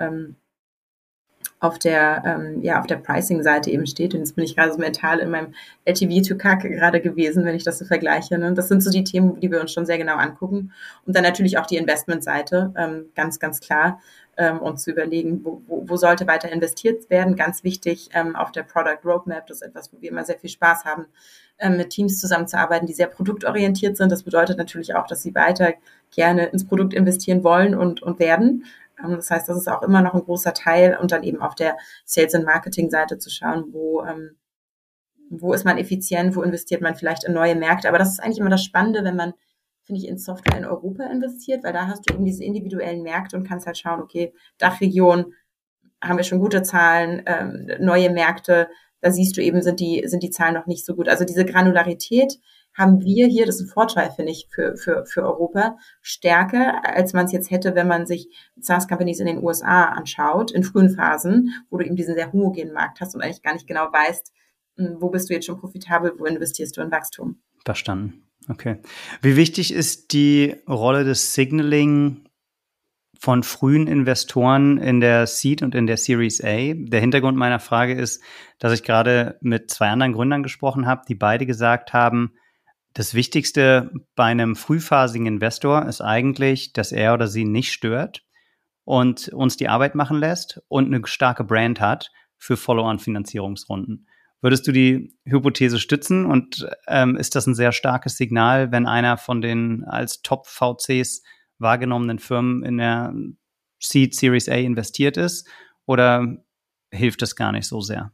Pricing-Seite eben steht. Und jetzt bin ich gerade so mental in meinem LTV to CAC gerade gewesen, wenn ich das so vergleiche. Ne? Das sind so die Themen, die wir uns schon sehr genau angucken. Und dann natürlich auch die Investment-Seite, ganz, ganz klar, und zu überlegen, wo sollte weiter investiert werden. Ganz wichtig, auf der Product Roadmap, das ist etwas, wo wir immer sehr viel Spaß haben, mit Teams zusammenzuarbeiten, die sehr produktorientiert sind. Das bedeutet natürlich auch, dass sie weiter gerne ins Produkt investieren wollen und werden. Das heißt, das ist auch immer noch ein großer Teil und dann eben auf der Sales- und Marketing-Seite zu schauen, wo ist man effizient, wo investiert man vielleicht in neue Märkte. Aber das ist eigentlich immer das Spannende, wenn man, finde ich, in Software in Europa investiert, weil da hast du eben diese individuellen Märkte und kannst halt schauen, okay, Dachregion haben wir schon gute Zahlen, neue Märkte, da siehst du eben, sind die Zahlen noch nicht so gut. Also diese Granularität haben wir hier, das ist ein Vorteil, finde ich, für Europa, stärker, als man es jetzt hätte, wenn man sich SaaS-Companies in den USA anschaut, in frühen Phasen, wo du eben diesen sehr homogenen Markt hast und eigentlich gar nicht genau weißt, wo bist du jetzt schon profitabel, wo investierst du in Wachstum. Verstanden. Okay. Wie wichtig ist die Rolle des Signaling von frühen Investoren in der Seed und in der Series A? Der Hintergrund meiner Frage ist, dass ich gerade mit 2 anderen Gründern gesprochen habe, die beide gesagt haben, Das Wichtigste bei einem frühphasigen Investor ist eigentlich, dass er oder sie nicht stört und uns die Arbeit machen lässt und eine starke Brand hat für Follow-on-Finanzierungsrunden. Würdest du die Hypothese stützen und ist das ein sehr starkes Signal, wenn einer von den als Top-VCs wahrgenommenen Firmen in der Seed Series A investiert ist, oder hilft das gar nicht so sehr?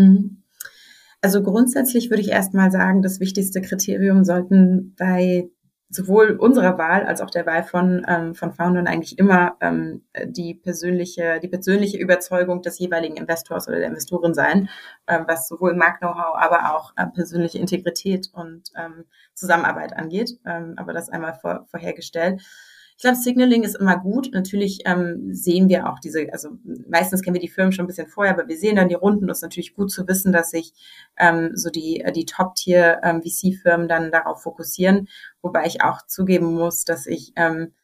Also grundsätzlich würde ich erstmal sagen, das wichtigste Kriterium sollten bei sowohl unserer Wahl als auch der Wahl von Foundern eigentlich immer die persönliche Überzeugung des jeweiligen Investors oder der Investorin sein, was sowohl Markt-Know-how, aber auch persönliche Integrität und Zusammenarbeit angeht. Aber das einmal vorhergestellt. Ich glaube, Signaling ist immer gut. Natürlich sehen wir auch also meistens kennen wir die Firmen schon ein bisschen vorher, aber wir sehen dann die Runden. Das ist natürlich gut zu wissen, dass sich so die Top-Tier-VC-Firmen dann darauf fokussieren. Wobei ich auch zugeben muss, dass ich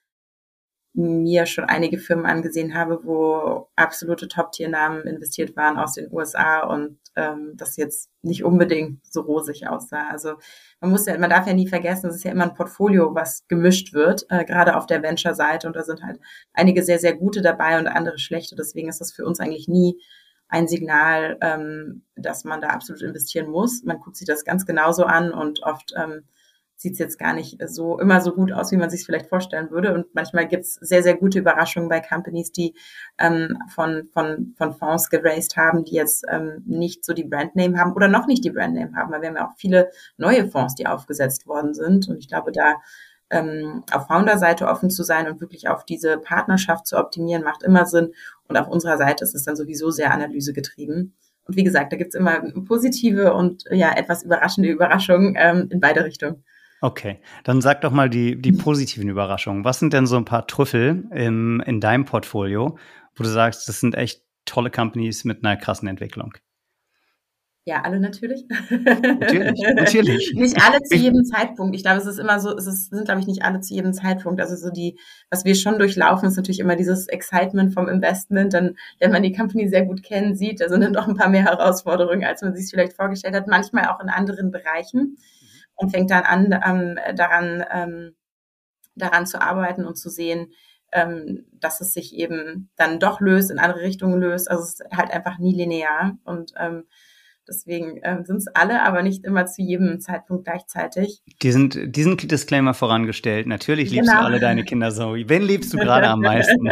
mir schon einige Firmen angesehen habe, wo absolute Top-Tier-Namen investiert waren aus den USA und das jetzt nicht unbedingt so rosig aussah. Also man darf ja nie vergessen, es ist ja immer ein Portfolio, was gemischt wird, gerade auf der Venture-Seite, und da sind halt einige sehr, sehr gute dabei und andere schlechte. Deswegen ist das für uns eigentlich nie ein Signal, dass man da absolut investieren muss. Man guckt sich das ganz genauso an und oft sieht es jetzt gar nicht immer so gut aus, wie man sich es vielleicht vorstellen würde. Und manchmal gibt es sehr, sehr gute Überraschungen bei Companies, die von Fonds geraced haben, die jetzt nicht so die Brandname haben oder noch nicht die Brandname haben. Weil wir haben ja auch viele neue Fonds, die aufgesetzt worden sind. Und ich glaube, da auf Founder-Seite offen zu sein und wirklich auf diese Partnerschaft zu optimieren, macht immer Sinn. Und auf unserer Seite ist es dann sowieso sehr analysegetrieben. Und wie gesagt, da gibt es immer positive und ja etwas überraschende Überraschungen in beide Richtungen. Okay, dann sag doch mal die positiven Überraschungen. Was sind denn so ein paar Trüffel in deinem Portfolio, wo du sagst, das sind echt tolle Companies mit einer krassen Entwicklung? Ja, alle natürlich. Natürlich. Nicht alle zu jedem Zeitpunkt. Ich glaube, es ist immer so, sind, glaube ich, nicht alle zu jedem Zeitpunkt. Also so was wir schon durchlaufen, ist natürlich immer dieses Excitement vom Investment. Dann lernt man die Company sehr gut kennen, sieht, da sind dann doch ein paar mehr Herausforderungen, als man sich es vielleicht vorgestellt hat. Manchmal auch in anderen Bereichen. Und fängt dann an, daran zu arbeiten und zu sehen, dass es sich eben dann doch löst, in andere Richtungen löst. Also es ist halt einfach nie linear. Und deswegen sind es alle, aber nicht immer zu jedem Zeitpunkt gleichzeitig. Diesen Disclaimer vorangestellt. Natürlich liebst du alle deine Kinder so. Wen liebst du gerade am meisten?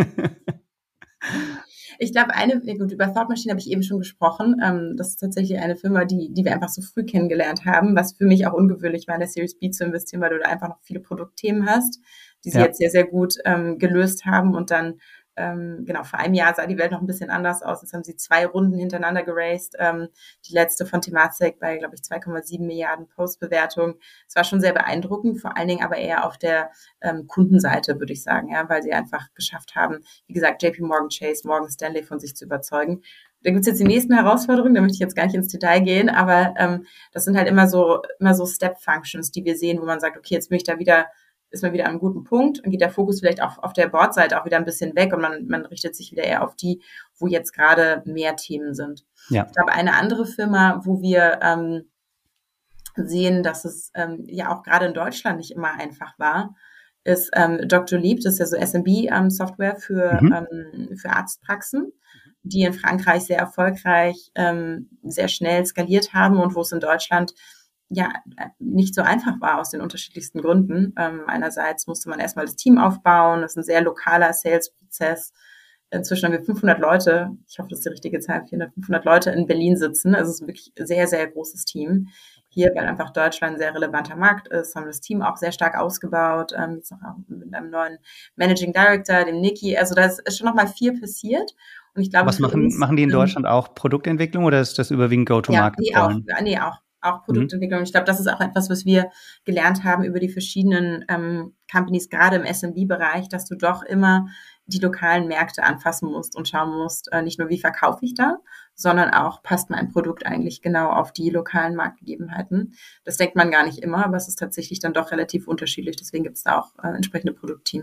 Ich glaube, über Thought Machine habe ich eben schon gesprochen. Das ist tatsächlich eine Firma, die wir einfach so früh kennengelernt haben, was für mich auch ungewöhnlich war, in der Series B zu investieren, weil du da einfach noch viele Produktthemen hast, die sie jetzt sehr, sehr gut gelöst haben. Und dann, vor einem Jahr sah die Welt noch ein bisschen anders aus. Jetzt haben sie 2 Runden hintereinander geraced. Die letzte von Temasek bei, glaube ich, 2,7 Milliarden Postbewertung. Es war schon sehr beeindruckend, vor allen Dingen aber eher auf der Kundenseite, würde ich sagen, ja, weil sie einfach geschafft haben, wie gesagt, JP Morgan Chase, Morgan Stanley von sich zu überzeugen. Da gibt's jetzt die nächsten Herausforderungen, da möchte ich jetzt gar nicht ins Detail gehen, aber das sind halt immer so Step-Functions, die wir sehen, wo man sagt, okay, jetzt ist man wieder an einem guten Punkt und geht der Fokus vielleicht auch auf der Board-Seite auch wieder ein bisschen weg und man richtet sich wieder eher auf die, wo jetzt gerade mehr Themen sind. Ja. Ich glaube, eine andere Firma, wo wir sehen, dass es ja auch gerade in Deutschland nicht immer einfach war, ist Dr. Lieb. Das ist ja so SMB-Software für Arztpraxen, die in Frankreich sehr erfolgreich, sehr schnell skaliert haben und wo es in Deutschland ja nicht so einfach war aus den unterschiedlichsten Gründen. Einerseits musste man erstmal das Team aufbauen, das ist ein sehr lokaler Sales-Prozess. Inzwischen haben wir 500 Leute, ich hoffe, das ist die richtige Zahl, 500 Leute in Berlin sitzen. Also es ist wirklich ein sehr, sehr großes Team. Hier, weil einfach Deutschland ein sehr relevanter Markt ist, haben das Team auch sehr stark ausgebaut. Jetzt noch mit einem neuen Managing Director, dem Niki. Also da ist schon nochmal viel passiert. Und ich glaube, was machen die in Deutschland auch? Produktentwicklung oder ist das überwiegend Go-to-Market? Ja, auch Produktentwicklung. Ich glaube, das ist auch etwas, was wir gelernt haben über die verschiedenen Companies, gerade im SMB-Bereich, dass du doch immer die lokalen Märkte anfassen musst und schauen musst, nicht nur, wie verkaufe ich da, sondern auch, passt mein Produkt eigentlich genau auf die lokalen Marktgegebenheiten. Das denkt man gar nicht immer, aber es ist tatsächlich dann doch relativ unterschiedlich. Deswegen gibt es da auch entsprechende Produktteams.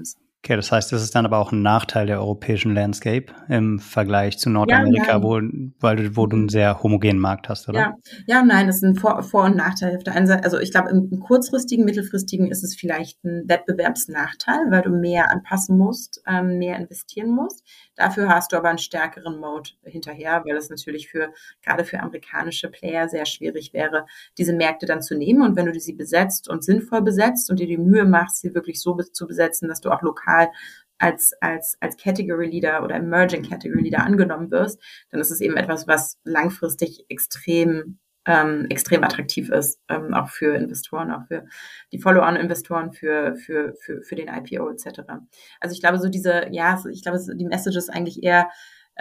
Okay, das heißt, das ist dann aber auch ein Nachteil der europäischen Landscape im Vergleich zu Nordamerika, Ja, wo du einen sehr homogenen Markt hast, oder? Ja, nein, das sind Vor- und Nachteile. Auf der einen Seite, also ich glaube, im kurzfristigen, mittelfristigen ist es vielleicht ein Wettbewerbsnachteil, weil du mehr anpassen musst, mehr investieren musst. Dafür hast du aber einen stärkeren Mode hinterher, weil es natürlich gerade für amerikanische Player sehr schwierig wäre, diese Märkte dann zu nehmen. Und wenn du sie besetzt und sinnvoll besetzt und dir die Mühe machst, sie wirklich so zu besetzen, dass du auch lokal als Category Leader oder Emerging Category Leader angenommen wirst, dann ist es eben etwas, was langfristig extrem attraktiv ist, auch für Investoren, auch für die Follow-on-Investoren, für den IPO etc. Also ich glaube, die Message ist eigentlich eher,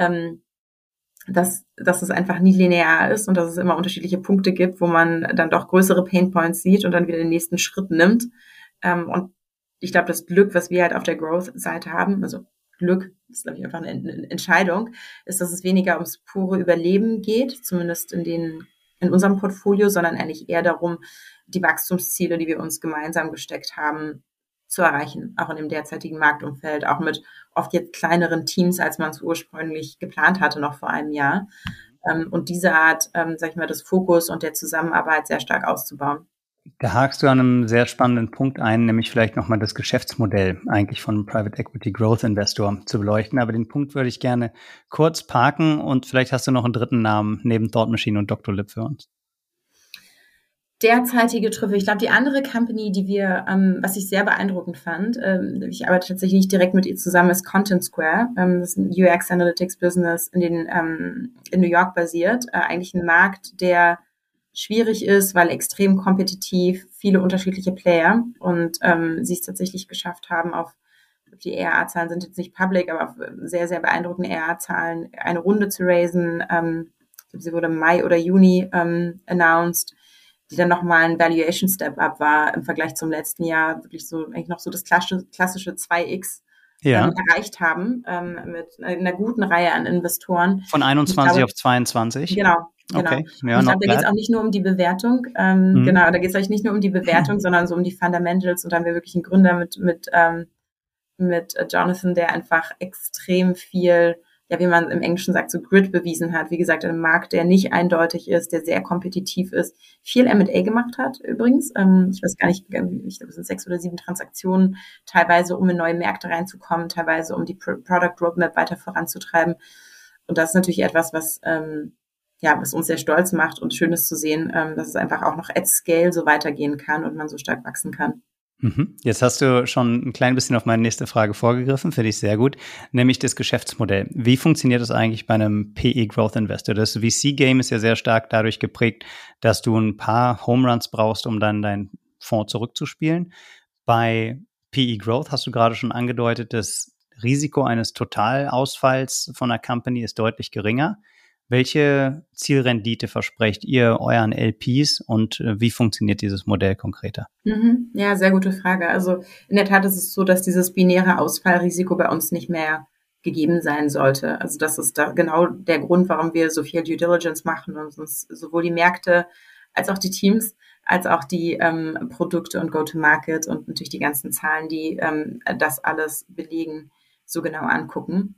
dass es einfach nie linear ist und dass es immer unterschiedliche Punkte gibt, wo man dann doch größere Painpoints sieht und dann wieder den nächsten Schritt nimmt. Und ich glaube, das Glück, was wir halt auf der Growth-Seite haben, also Glück ist, glaube ich, einfach eine Entscheidung, ist, dass es weniger ums pure Überleben geht, zumindest in unserem Portfolio, sondern eigentlich eher darum, die Wachstumsziele, die wir uns gemeinsam gesteckt haben, zu erreichen, auch in dem derzeitigen Marktumfeld, auch mit oft jetzt kleineren Teams, als man es ursprünglich geplant hatte, noch vor einem Jahr. Und diese Art, sag ich mal, des Fokus und der Zusammenarbeit sehr stark auszubauen. Da hakst du an einem sehr spannenden Punkt ein, nämlich vielleicht nochmal das Geschäftsmodell eigentlich von Private Equity Growth Investor zu beleuchten. Aber den Punkt würde ich gerne kurz parken und vielleicht hast du noch einen dritten Namen neben Thought Machine und Dr. Lip für uns. Derzeitige Trüffel. Ich glaube, die andere Company, die wir, was ich sehr beeindruckend fand, ich arbeite tatsächlich nicht direkt mit ihr zusammen, ist Content Square. Das ist ein UX Analytics Business in New York basiert. Eigentlich ein Markt, der schwierig ist, weil extrem kompetitiv, viele unterschiedliche Player und sie es tatsächlich geschafft haben, die ERA-Zahlen sind jetzt nicht public, aber auf sehr, sehr beeindruckende ERA-Zahlen eine Runde zu raisen. Ich glaube, sie wurde im Mai oder Juni announced, die dann nochmal ein Valuation Step-Up war im Vergleich zum letzten Jahr, wirklich so eigentlich noch so das klassische 2x erreicht haben, mit einer guten Reihe an Investoren. Von 21 auf 22? Genau. Okay. Ja, und ich glaube, da geht es auch nicht nur um die Bewertung, genau, da geht es eigentlich nicht nur um die Bewertung, sondern so um die Fundamentals. Und da haben wir wirklich einen Gründer mit Jonathan, der einfach extrem viel, ja, wie man im Englischen sagt, so Grit bewiesen hat. Wie gesagt, ein Markt, der nicht eindeutig ist, der sehr kompetitiv ist, viel M&A gemacht hat übrigens. Ich weiß gar nicht, ich glaube, es sind 6 oder 7 Transaktionen, teilweise um in neue Märkte reinzukommen, teilweise um die Product Roadmap weiter voranzutreiben. Und das ist natürlich etwas, was uns sehr stolz macht und schön ist zu sehen, dass es einfach auch noch at scale so weitergehen kann und man so stark wachsen kann. Jetzt hast du schon ein klein bisschen auf meine nächste Frage vorgegriffen, finde ich sehr gut, nämlich das Geschäftsmodell. Wie funktioniert das eigentlich bei einem PE Growth Investor? Das VC-Game ist ja sehr stark dadurch geprägt, dass du ein paar Home Runs brauchst, um dann deinen Fonds zurückzuspielen. Bei PE Growth hast du gerade schon angedeutet, das Risiko eines Totalausfalls von einer Company ist deutlich geringer. Welche Zielrendite versprecht ihr euren LPs und wie funktioniert dieses Modell konkreter? Ja, sehr gute Frage. Also in der Tat ist es so, dass dieses binäre Ausfallrisiko bei uns nicht mehr gegeben sein sollte. Also das ist da genau der Grund, warum wir so viel Due Diligence machen und uns sowohl die Märkte als auch die Teams, als auch die Produkte und Go-to-Market und natürlich die ganzen Zahlen, die das alles belegen, so genau angucken.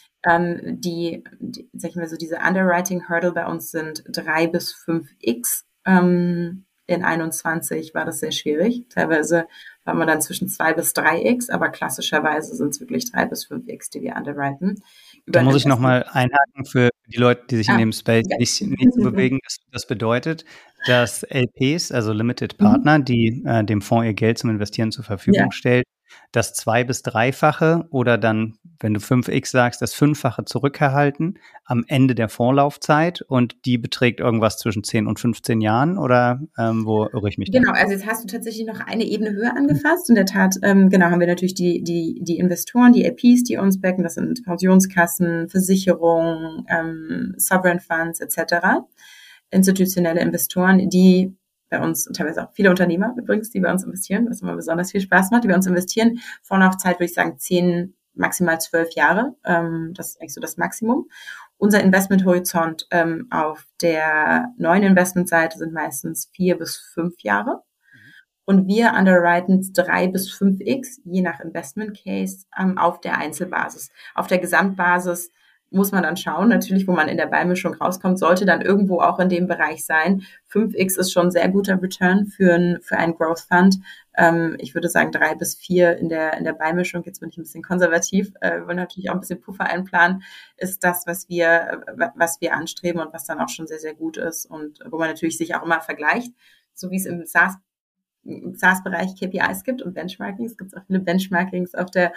Sag ich mal so, diese Underwriting Hurdle bei uns sind 3 bis 5x. In 21 war das sehr schwierig. Teilweise waren wir dann zwischen 2 bis 3x, aber klassischerweise sind es wirklich 3 bis 5x, die wir underwriten. Da muss ich nochmal einhaken für die Leute, die sich in dem Space nicht so bewegen. Das bedeutet, dass LPs, also Limited Partner, die dem Fonds ihr Geld zum Investieren zur Verfügung stellt, das 2- bis 3-fache oder dann, wenn du 5x sagst, das 5-fache zurückerhalten am Ende der Fondslaufzeit und die beträgt irgendwas zwischen 10 und 15 Jahren oder wo irre ich mich da? Genau, also jetzt hast du tatsächlich noch eine Ebene höher angefasst. In der Tat, haben wir natürlich die Investoren, die LPs, die uns backen, das sind Pensionskassen, Versicherungen, Sovereign Funds etc., institutionelle Investoren, die bei uns, teilweise auch viele Unternehmer übrigens, die bei uns investieren, was immer besonders viel Spaß macht, die bei uns investieren, Vorlaufzeit würde ich sagen 10, maximal 12 Jahre, das ist eigentlich so das Maximum. Unser Investmenthorizont auf der neuen Investmentseite sind meistens 4 bis 5 Jahre. Und wir underwriten 3 bis 5x, je nach Investment Case, auf der Einzelbasis. Auf der Gesamtbasis muss man dann schauen, natürlich, wo man in der Beimischung rauskommt, sollte dann irgendwo auch in dem Bereich sein. 5x ist schon ein sehr guter Return für einen Growth Fund. Ich würde sagen 3 bis 4 in der Beimischung. Jetzt bin ich ein bisschen konservativ, wollen natürlich auch ein bisschen Puffer einplanen, ist das, was wir anstreben und was dann auch schon sehr, sehr gut ist und wo man natürlich sich auch immer vergleicht, so wie es im SaaS-Bereich KPIs gibt und Benchmarkings. Es gibt auch viele Benchmarkings auf der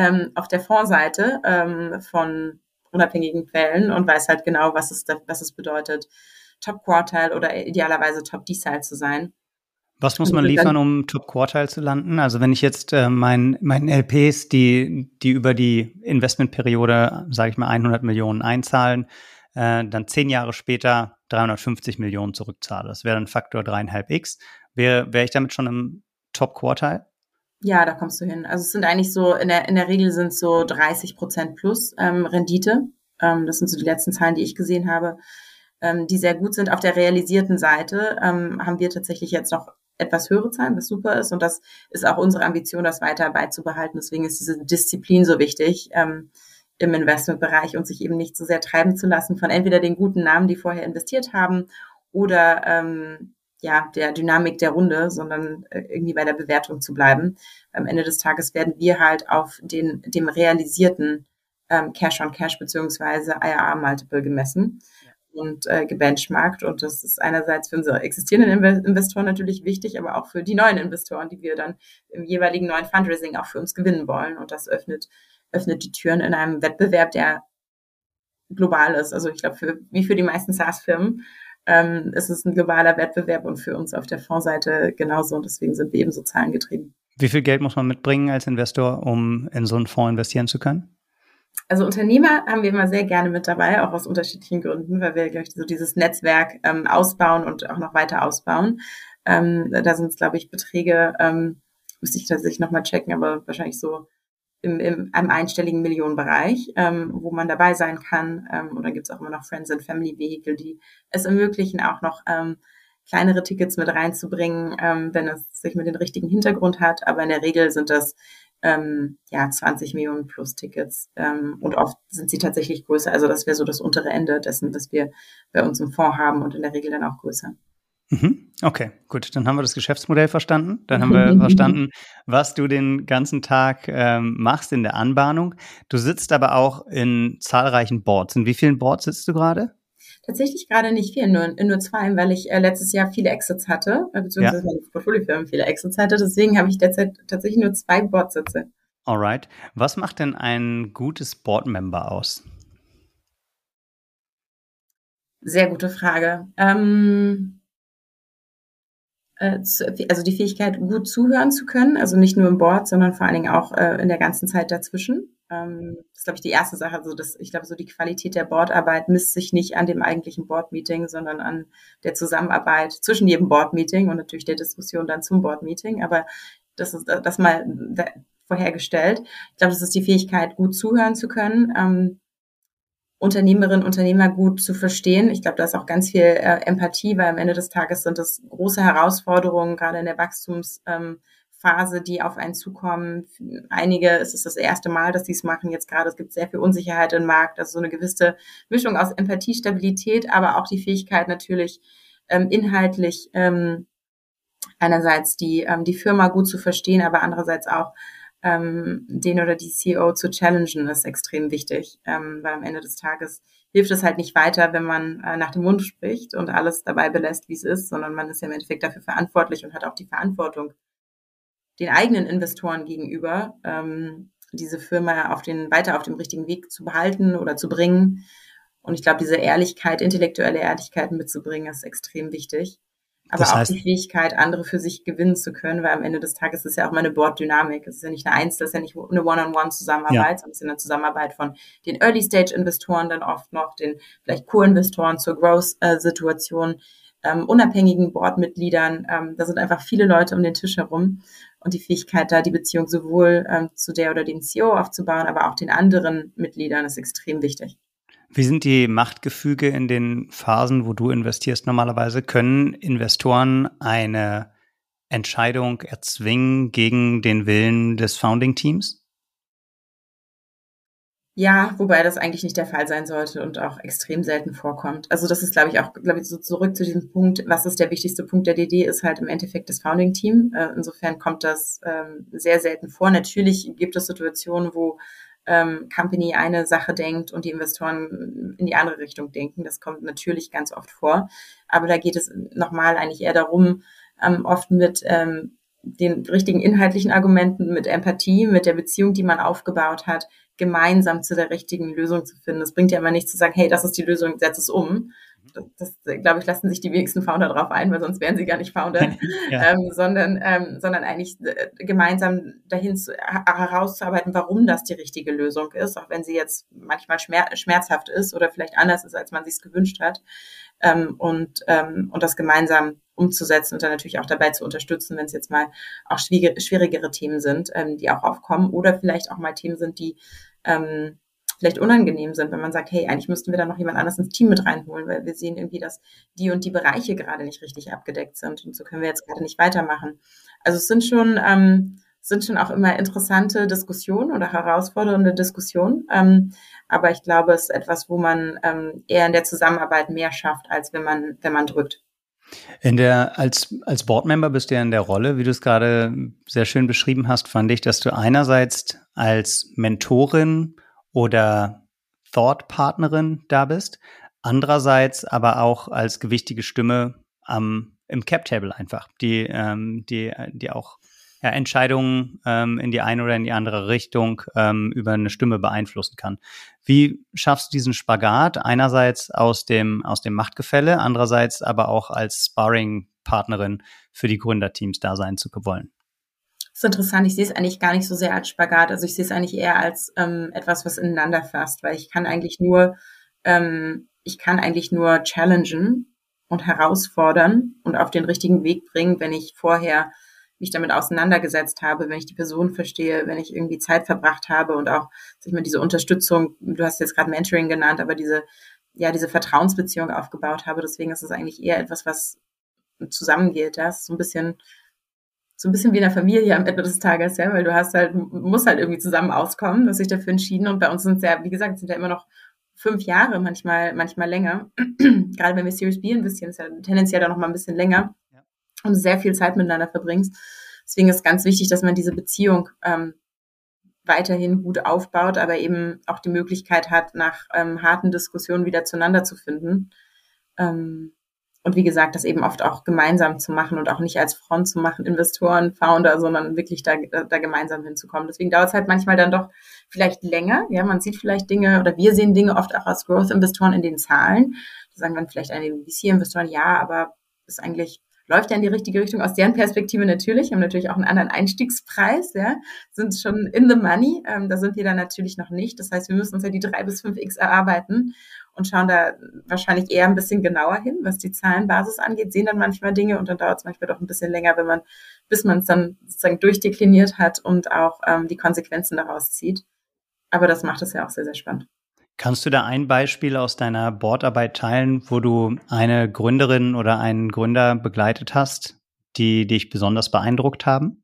Fondsseite von unabhängigen Quellen und weiß halt genau, was es bedeutet, Top Quartile oder idealerweise Top Decile zu sein. Was muss man liefern, um Top Quartile zu landen? Also wenn ich jetzt meinen LPs, die über die Investmentperiode, sage ich mal, 100 Millionen einzahlen, dann 10 Jahre später 350 Millionen zurückzahle. Das wäre dann Faktor 3,5x. Wäre ich damit schon im Top Quartile? Ja, da kommst du hin. Also es sind eigentlich so, in der Regel sind es so 30% plus Rendite. Das sind so die letzten Zahlen, die ich gesehen habe, die sehr gut sind. Auf der realisierten Seite haben wir tatsächlich jetzt noch etwas höhere Zahlen, was super ist. Und das ist auch unsere Ambition, das weiter beizubehalten. Deswegen ist diese Disziplin so wichtig im Investmentbereich und sich eben nicht so sehr treiben zu lassen von entweder den guten Namen, die vorher investiert haben, oder der Dynamik der Runde, sondern irgendwie bei der Bewertung zu bleiben. Am Ende des Tages werden wir halt auf dem realisierten Cash-on-Cash beziehungsweise IRR-Multiple gemessen und gebenchmarkt. Und das ist einerseits für unsere existierenden Investoren natürlich wichtig, aber auch für die neuen Investoren, die wir dann im jeweiligen neuen Fundraising auch für uns gewinnen wollen. Und das öffnet die Türen in einem Wettbewerb, der global ist. Also ich glaube, wie für die meisten SaaS-Firmen es ist ein globaler Wettbewerb und für uns auf der Fondsseite genauso und deswegen sind wir eben so zahlengetrieben. Wie viel Geld muss man mitbringen als Investor, um in so einen Fonds investieren zu können? Also Unternehmer haben wir immer sehr gerne mit dabei, auch aus unterschiedlichen Gründen, weil wir, glaube ich, so dieses Netzwerk ausbauen und auch noch weiter ausbauen. Da sind es, glaube ich, Beträge, müsste ich tatsächlich nochmal checken, aber wahrscheinlich so im einstelligen Millionenbereich, wo man dabei sein kann. Und dann gibt es auch immer noch Friends and Family Vehicle, die es ermöglichen, auch noch kleinere Tickets mit reinzubringen, wenn es sich mit dem richtigen Hintergrund hat. Aber in der Regel sind das 20 Millionen plus Tickets. Und oft sind sie tatsächlich größer. Also das wäre so das untere Ende dessen, was wir bei uns im Fonds haben und in der Regel dann auch größer. Okay, gut. Dann haben wir das Geschäftsmodell verstanden. Dann haben wir verstanden, was du den ganzen Tag machst in der Anbahnung. Du sitzt aber auch in zahlreichen Boards. In wie vielen Boards sitzt du gerade? Tatsächlich gerade nicht viel, nur 2, weil ich letztes Jahr viele Exits hatte, beziehungsweise meine Portfoliofirmen viele Exits hatte. Deswegen habe ich derzeit tatsächlich nur 2 Boardsitze. Alright. Was macht denn ein gutes Board-Member aus? Sehr gute Frage. Also die Fähigkeit, gut zuhören zu können, also nicht nur im Board, sondern vor allen Dingen auch in der ganzen Zeit dazwischen. Das ist, glaube ich, die erste Sache. Also ich glaube, so die Qualität der Boardarbeit misst sich nicht an dem eigentlichen Board-Meeting, sondern an der Zusammenarbeit zwischen jedem Board-Meeting und natürlich der Diskussion dann zum Board-Meeting. Aber das ist das mal vorhergestellt. Ich glaube, das ist die Fähigkeit, gut zuhören zu können, Unternehmerinnen, Unternehmer gut zu verstehen. Ich glaube, da ist auch ganz viel Empathie, weil am Ende des Tages sind das große Herausforderungen, gerade in der Wachstumsphase, die auf einen zukommen. Für einige ist es das erste Mal, dass sie es machen jetzt gerade. Es gibt sehr viel Unsicherheit im Markt, also so eine gewisse Mischung aus Empathie, Stabilität, aber auch die Fähigkeit natürlich inhaltlich einerseits die Firma gut zu verstehen, aber andererseits auch den oder die CEO zu challengen, ist extrem wichtig, weil am Ende des Tages hilft es halt nicht weiter, wenn man nach dem Mund spricht und alles dabei belässt, wie es ist, sondern man ist ja im Endeffekt dafür verantwortlich und hat auch die Verantwortung den eigenen Investoren gegenüber, diese Firma weiter auf dem richtigen Weg zu behalten oder zu bringen. Und ich glaube, diese Ehrlichkeit, intellektuelle Ehrlichkeit mitzubringen, ist extrem wichtig. Aber das heißt, auch die Fähigkeit, andere für sich gewinnen zu können, weil am Ende des Tages ist ja auch mal eine Board-Dynamik. Es ist ja nicht eine Einzel, es ist ja nicht eine One-on-One-Zusammenarbeit, sondern es ist eine Zusammenarbeit von den Early-Stage-Investoren, dann oft noch den vielleicht Co-Investoren zur Growth-Situation, unabhängigen Board-Mitgliedern. Da sind einfach viele Leute um den Tisch herum. Und die Fähigkeit, da die Beziehung sowohl zu der oder dem CEO aufzubauen, aber auch den anderen Mitgliedern ist extrem wichtig. Wie sind die Machtgefüge in den Phasen, wo du investierst normalerweise? Können Investoren eine Entscheidung erzwingen gegen den Willen des Founding-Teams? Ja, wobei das eigentlich nicht der Fall sein sollte und auch extrem selten vorkommt. Also das ist, glaube ich, so zurück zu diesem Punkt, was ist der wichtigste Punkt der DD, ist halt im Endeffekt das Founding-Team. Insofern kommt das sehr selten vor. Natürlich gibt es Situationen, wo Company eine Sache denkt und die Investoren in die andere Richtung denken. Das kommt natürlich ganz oft vor. Aber da geht es nochmal eigentlich eher darum, oft mit den richtigen inhaltlichen Argumenten, mit Empathie, mit der Beziehung, die man aufgebaut hat, gemeinsam zu der richtigen Lösung zu finden. Es bringt ja immer nichts zu sagen, hey, das ist die Lösung, setz es um. Das glaube ich, lassen sich die wenigsten Founder drauf ein, weil sonst wären sie gar nicht Founder, ja. sondern eigentlich gemeinsam dahin herauszuarbeiten, warum das die richtige Lösung ist, auch wenn sie jetzt manchmal schmerzhaft ist oder vielleicht anders ist, als man sich es gewünscht hat, und das gemeinsam umzusetzen und dann natürlich auch dabei zu unterstützen, wenn es jetzt mal auch schwierigere Themen sind, die auch aufkommen oder vielleicht auch mal Themen sind, die vielleicht unangenehm sind, wenn man sagt, hey, eigentlich müssten wir da noch jemand anderes ins Team mit reinholen, weil wir sehen irgendwie, dass die und die Bereiche gerade nicht richtig abgedeckt sind und so können wir jetzt gerade nicht weitermachen. Also es sind schon auch immer interessante Diskussionen oder herausfordernde Diskussionen, aber ich glaube, es ist etwas, wo man eher in der Zusammenarbeit mehr schafft, als wenn man drückt. Als Boardmember bist du ja in der Rolle, wie du es gerade sehr schön beschrieben hast, fand ich, dass du einerseits als Mentorin oder Thought-Partnerin da bist, andererseits aber auch als gewichtige Stimme im Cap-Table einfach, die auch Entscheidungen in die eine oder in die andere Richtung über eine Stimme beeinflussen kann. Wie schaffst du diesen Spagat? Einerseits aus dem Machtgefälle, andererseits aber auch als Sparring-Partnerin für die Gründerteams da sein zu wollen. Das ist interessant. Ich sehe es eigentlich gar nicht so sehr als Spagat. Also ich sehe es eigentlich eher als etwas, was ineinander fasst, weil ich kann eigentlich nur challengen und herausfordern und auf den richtigen Weg bringen, wenn ich vorher mich damit auseinandergesetzt habe, wenn ich die Person verstehe, wenn ich irgendwie Zeit verbracht habe und auch, sag ich mal, diese Unterstützung, du hast jetzt gerade Mentoring genannt, aber diese Vertrauensbeziehung aufgebaut habe. Deswegen ist es eigentlich eher etwas, was zusammengeht. Das ist so ein bisschen wie in der Familie am Ende des Tages, ja, weil musst halt irgendwie zusammen auskommen, du hast dich dafür entschieden und bei uns sind es ja, wie gesagt, sind ja immer noch 5 Jahre, manchmal länger. Gerade wenn wir Series B investieren, ist ja tendenziell dann noch mal ein bisschen länger. Und sehr viel Zeit miteinander verbringst. Deswegen ist ganz wichtig, dass man diese Beziehung weiterhin gut aufbaut, aber eben auch die Möglichkeit hat, nach harten Diskussionen wieder zueinander zu finden. Und wie gesagt, das eben oft auch gemeinsam zu machen und auch nicht als Front zu machen, Investoren, Founder, sondern wirklich da gemeinsam hinzukommen. Deswegen dauert es halt manchmal dann doch vielleicht länger. Ja, man sieht vielleicht Dinge oder wir sehen Dinge oft auch als Growth-Investoren in den Zahlen. Da sagen dann vielleicht einige VC-Investoren, ja, aber ist eigentlich läuft ja in die richtige Richtung. Aus deren Perspektive natürlich, haben natürlich auch einen anderen Einstiegspreis, ja, sind schon in the money. Da sind wir dann natürlich noch nicht. Das heißt, wir müssen uns ja die 3 bis 5x erarbeiten und schauen da wahrscheinlich eher ein bisschen genauer hin, was die Zahlenbasis angeht, sehen dann manchmal Dinge und dann dauert es manchmal doch ein bisschen länger, bis man es dann sozusagen durchdekliniert hat und auch die Konsequenzen daraus zieht. Aber das macht es ja auch sehr, sehr spannend. Kannst du da ein Beispiel aus deiner Boardarbeit teilen, wo du eine Gründerin oder einen Gründer begleitet hast, die dich besonders beeindruckt haben?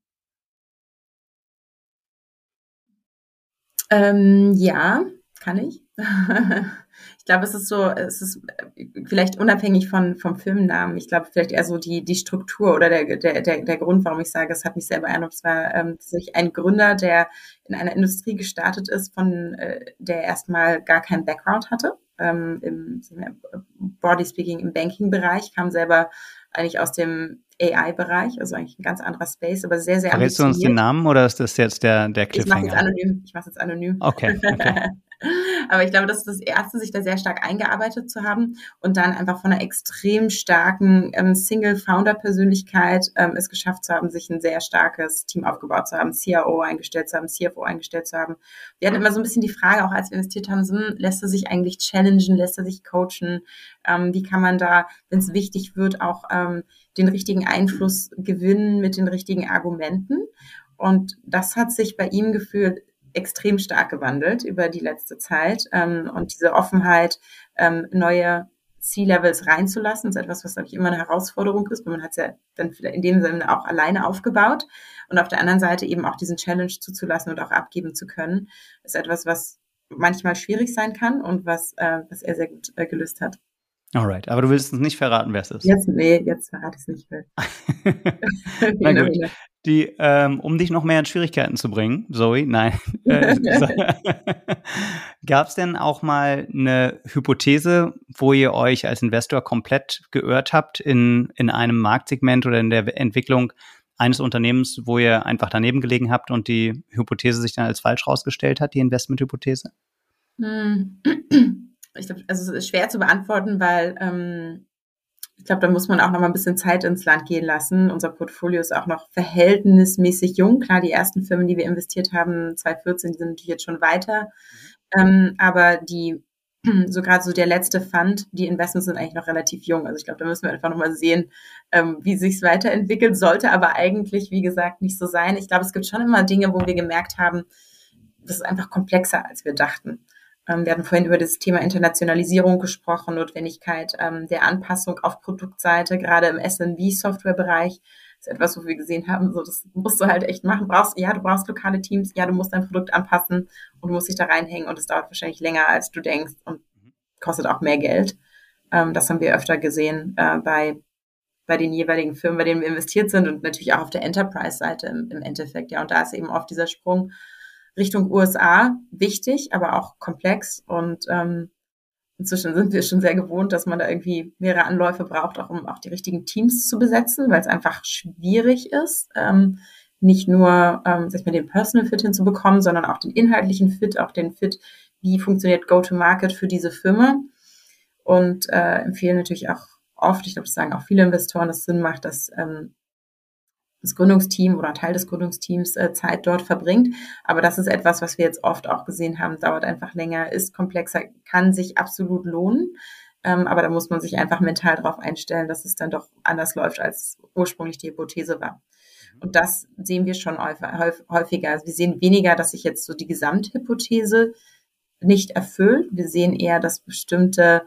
Ja, kann ich. Ich glaube, es ist vielleicht unabhängig vom Firmennamen. Ich glaube, vielleicht eher so die Struktur oder der Grund, warum ich sage, es hat mich sehr beeindruckt. Es war tatsächlich ein Gründer, der in einer Industrie gestartet ist, der erstmal gar keinen Background hatte. Broadly speaking, im Banking-Bereich, kam selber eigentlich aus dem AI-Bereich, also eigentlich ein ganz anderer Space, aber sehr, sehr ambitioniert. Verrätst du uns den Namen oder ist das jetzt der Cliffhanger? Ich mache jetzt anonym. Okay. Aber ich glaube, das ist das Erste, sich da sehr stark eingearbeitet zu haben und dann einfach von einer extrem starken Single-Founder-Persönlichkeit es geschafft zu haben, sich ein sehr starkes Team aufgebaut zu haben, CRO eingestellt zu haben, CFO eingestellt zu haben. Wir hatten immer so ein bisschen die Frage, auch als wir investiert haben, lässt er sich eigentlich challengen, lässt er sich coachen? Wie kann man da, wenn es wichtig wird, auch den richtigen Einfluss gewinnen mit den richtigen Argumenten? Und das hat sich bei ihm gefühlt extrem stark gewandelt über die letzte Zeit und diese Offenheit, neue C-Levels reinzulassen. Das ist etwas, was, glaube ich, immer eine Herausforderung ist, weil man hat es ja dann in dem Sinne auch alleine aufgebaut. Und auf der anderen Seite eben auch diesen Challenge zuzulassen und auch abgeben zu können, ist etwas, was manchmal schwierig sein kann und was er sehr gut gelöst hat. Alright, aber du willst uns nicht verraten, wer es ist. Jetzt verrate ich es nicht mehr. Na gut. Um dich noch mehr in Schwierigkeiten zu bringen, Zoe, nein. Gab es denn auch mal eine Hypothese, wo ihr euch als Investor komplett geirrt habt in einem Marktsegment oder in der Entwicklung eines Unternehmens, wo ihr einfach daneben gelegen habt und die Hypothese sich dann als falsch rausgestellt hat, die Investmenthypothese? Ich glaube, also es ist schwer zu beantworten, weil ich glaube, da muss man auch noch mal ein bisschen Zeit ins Land gehen lassen. Unser Portfolio ist auch noch verhältnismäßig jung. Klar, die ersten Firmen, die wir investiert haben, 2014, die sind natürlich jetzt schon weiter. Aber gerade so der letzte Fund, die Investments sind eigentlich noch relativ jung. Also ich glaube, da müssen wir einfach noch mal sehen, wie sich's weiterentwickelt. Sollte aber eigentlich, wie gesagt, nicht so sein. Ich glaube, es gibt schon immer Dinge, wo wir gemerkt haben, das ist einfach komplexer, als wir dachten. Wir hatten vorhin über das Thema Internationalisierung gesprochen, Notwendigkeit der Anpassung auf Produktseite, gerade im SMB-Software-Bereich. Das ist etwas, wo wir gesehen haben, so das musst du halt echt machen. Du brauchst lokale Teams, du musst dein Produkt anpassen und du musst dich da reinhängen und es dauert wahrscheinlich länger, als du denkst und kostet auch mehr Geld. Das haben wir öfter gesehen bei den jeweiligen Firmen, bei denen wir investiert sind und natürlich auch auf der Enterprise-Seite im Endeffekt. Ja, und da ist eben oft dieser Sprung Richtung USA wichtig, aber auch komplex und inzwischen sind wir schon sehr gewohnt, dass man da irgendwie mehrere Anläufe braucht, auch um auch die richtigen Teams zu besetzen, weil es einfach schwierig ist, nicht nur den Personal Fit hinzubekommen, sondern auch den inhaltlichen Fit, auch den Fit, wie funktioniert Go-to-Market für diese Firma und empfehlen natürlich auch oft, ich glaube, das sagen auch viele Investoren, dass es Sinn macht, dass das Gründungsteam oder ein Teil des Gründungsteams Zeit dort verbringt. Aber das ist etwas, was wir jetzt oft auch gesehen haben, dauert einfach länger, ist komplexer, kann sich absolut lohnen. Aber da muss man sich einfach mental darauf einstellen, dass es dann doch anders läuft, als ursprünglich die Hypothese war. Und das sehen wir schon häufiger. Also wir sehen weniger, dass sich jetzt so die Gesamthypothese nicht erfüllt. Wir sehen eher, dass bestimmte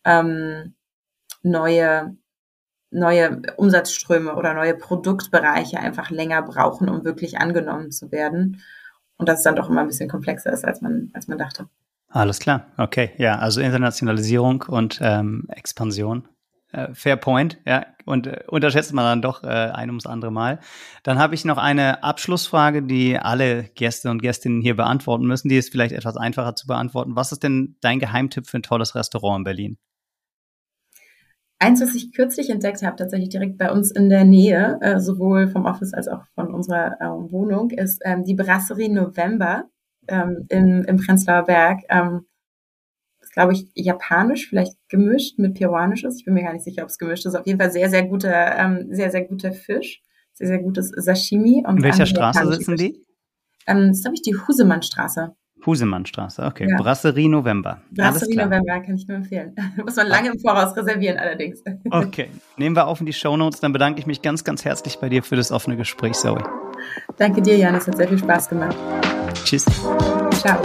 neue Umsatzströme oder neue Produktbereiche einfach länger brauchen, um wirklich angenommen zu werden. Und dass es dann doch immer ein bisschen komplexer ist, als man dachte. Alles klar, okay. Ja, also Internationalisierung und Expansion. Fair point, ja. Und unterschätzt man dann doch ein ums andere Mal. Dann habe ich noch eine Abschlussfrage, die alle Gäste und Gästinnen hier beantworten müssen. Die ist vielleicht etwas einfacher zu beantworten. Was ist denn dein Geheimtipp für ein tolles Restaurant in Berlin? Eins, was ich kürzlich entdeckt habe, tatsächlich direkt bei uns in der Nähe, sowohl vom Office als auch von unserer Wohnung, ist die Brasserie November im Prenzlauer Berg. Das ist, glaube ich, japanisch, vielleicht gemischt mit peruanisches. Ich bin mir gar nicht sicher, ob es gemischt ist. Auf jeden Fall sehr, sehr guter Fisch, sehr, sehr gutes Sashimi. Und in welcher Straße sitzen die? Das ist, glaube ich, die Husemannstraße. Husemannstraße, okay. Ja. Brasserie November. Brasserie November kann ich nur empfehlen. Muss man lange im Voraus reservieren allerdings. Okay, nehmen wir auf in die Shownotes. Dann bedanke ich mich ganz, ganz herzlich bei dir für das offene Gespräch, Zoe. Danke dir, Jan. Es hat sehr viel Spaß gemacht. Tschüss. Ciao.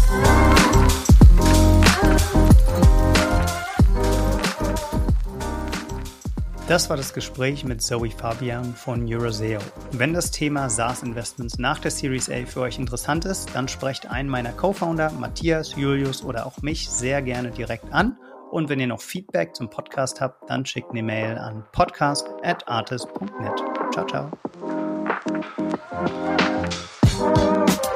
Das war das Gespräch mit Zoe Fabian von Euraseo. Wenn das Thema SaaS-Investments nach der Series A für euch interessant ist, dann sprecht einen meiner Co-Founder, Matthias, Julius oder auch mich sehr gerne direkt an. Und wenn ihr noch Feedback zum Podcast habt, dann schickt eine Mail an podcast@artis.net. Ciao, ciao.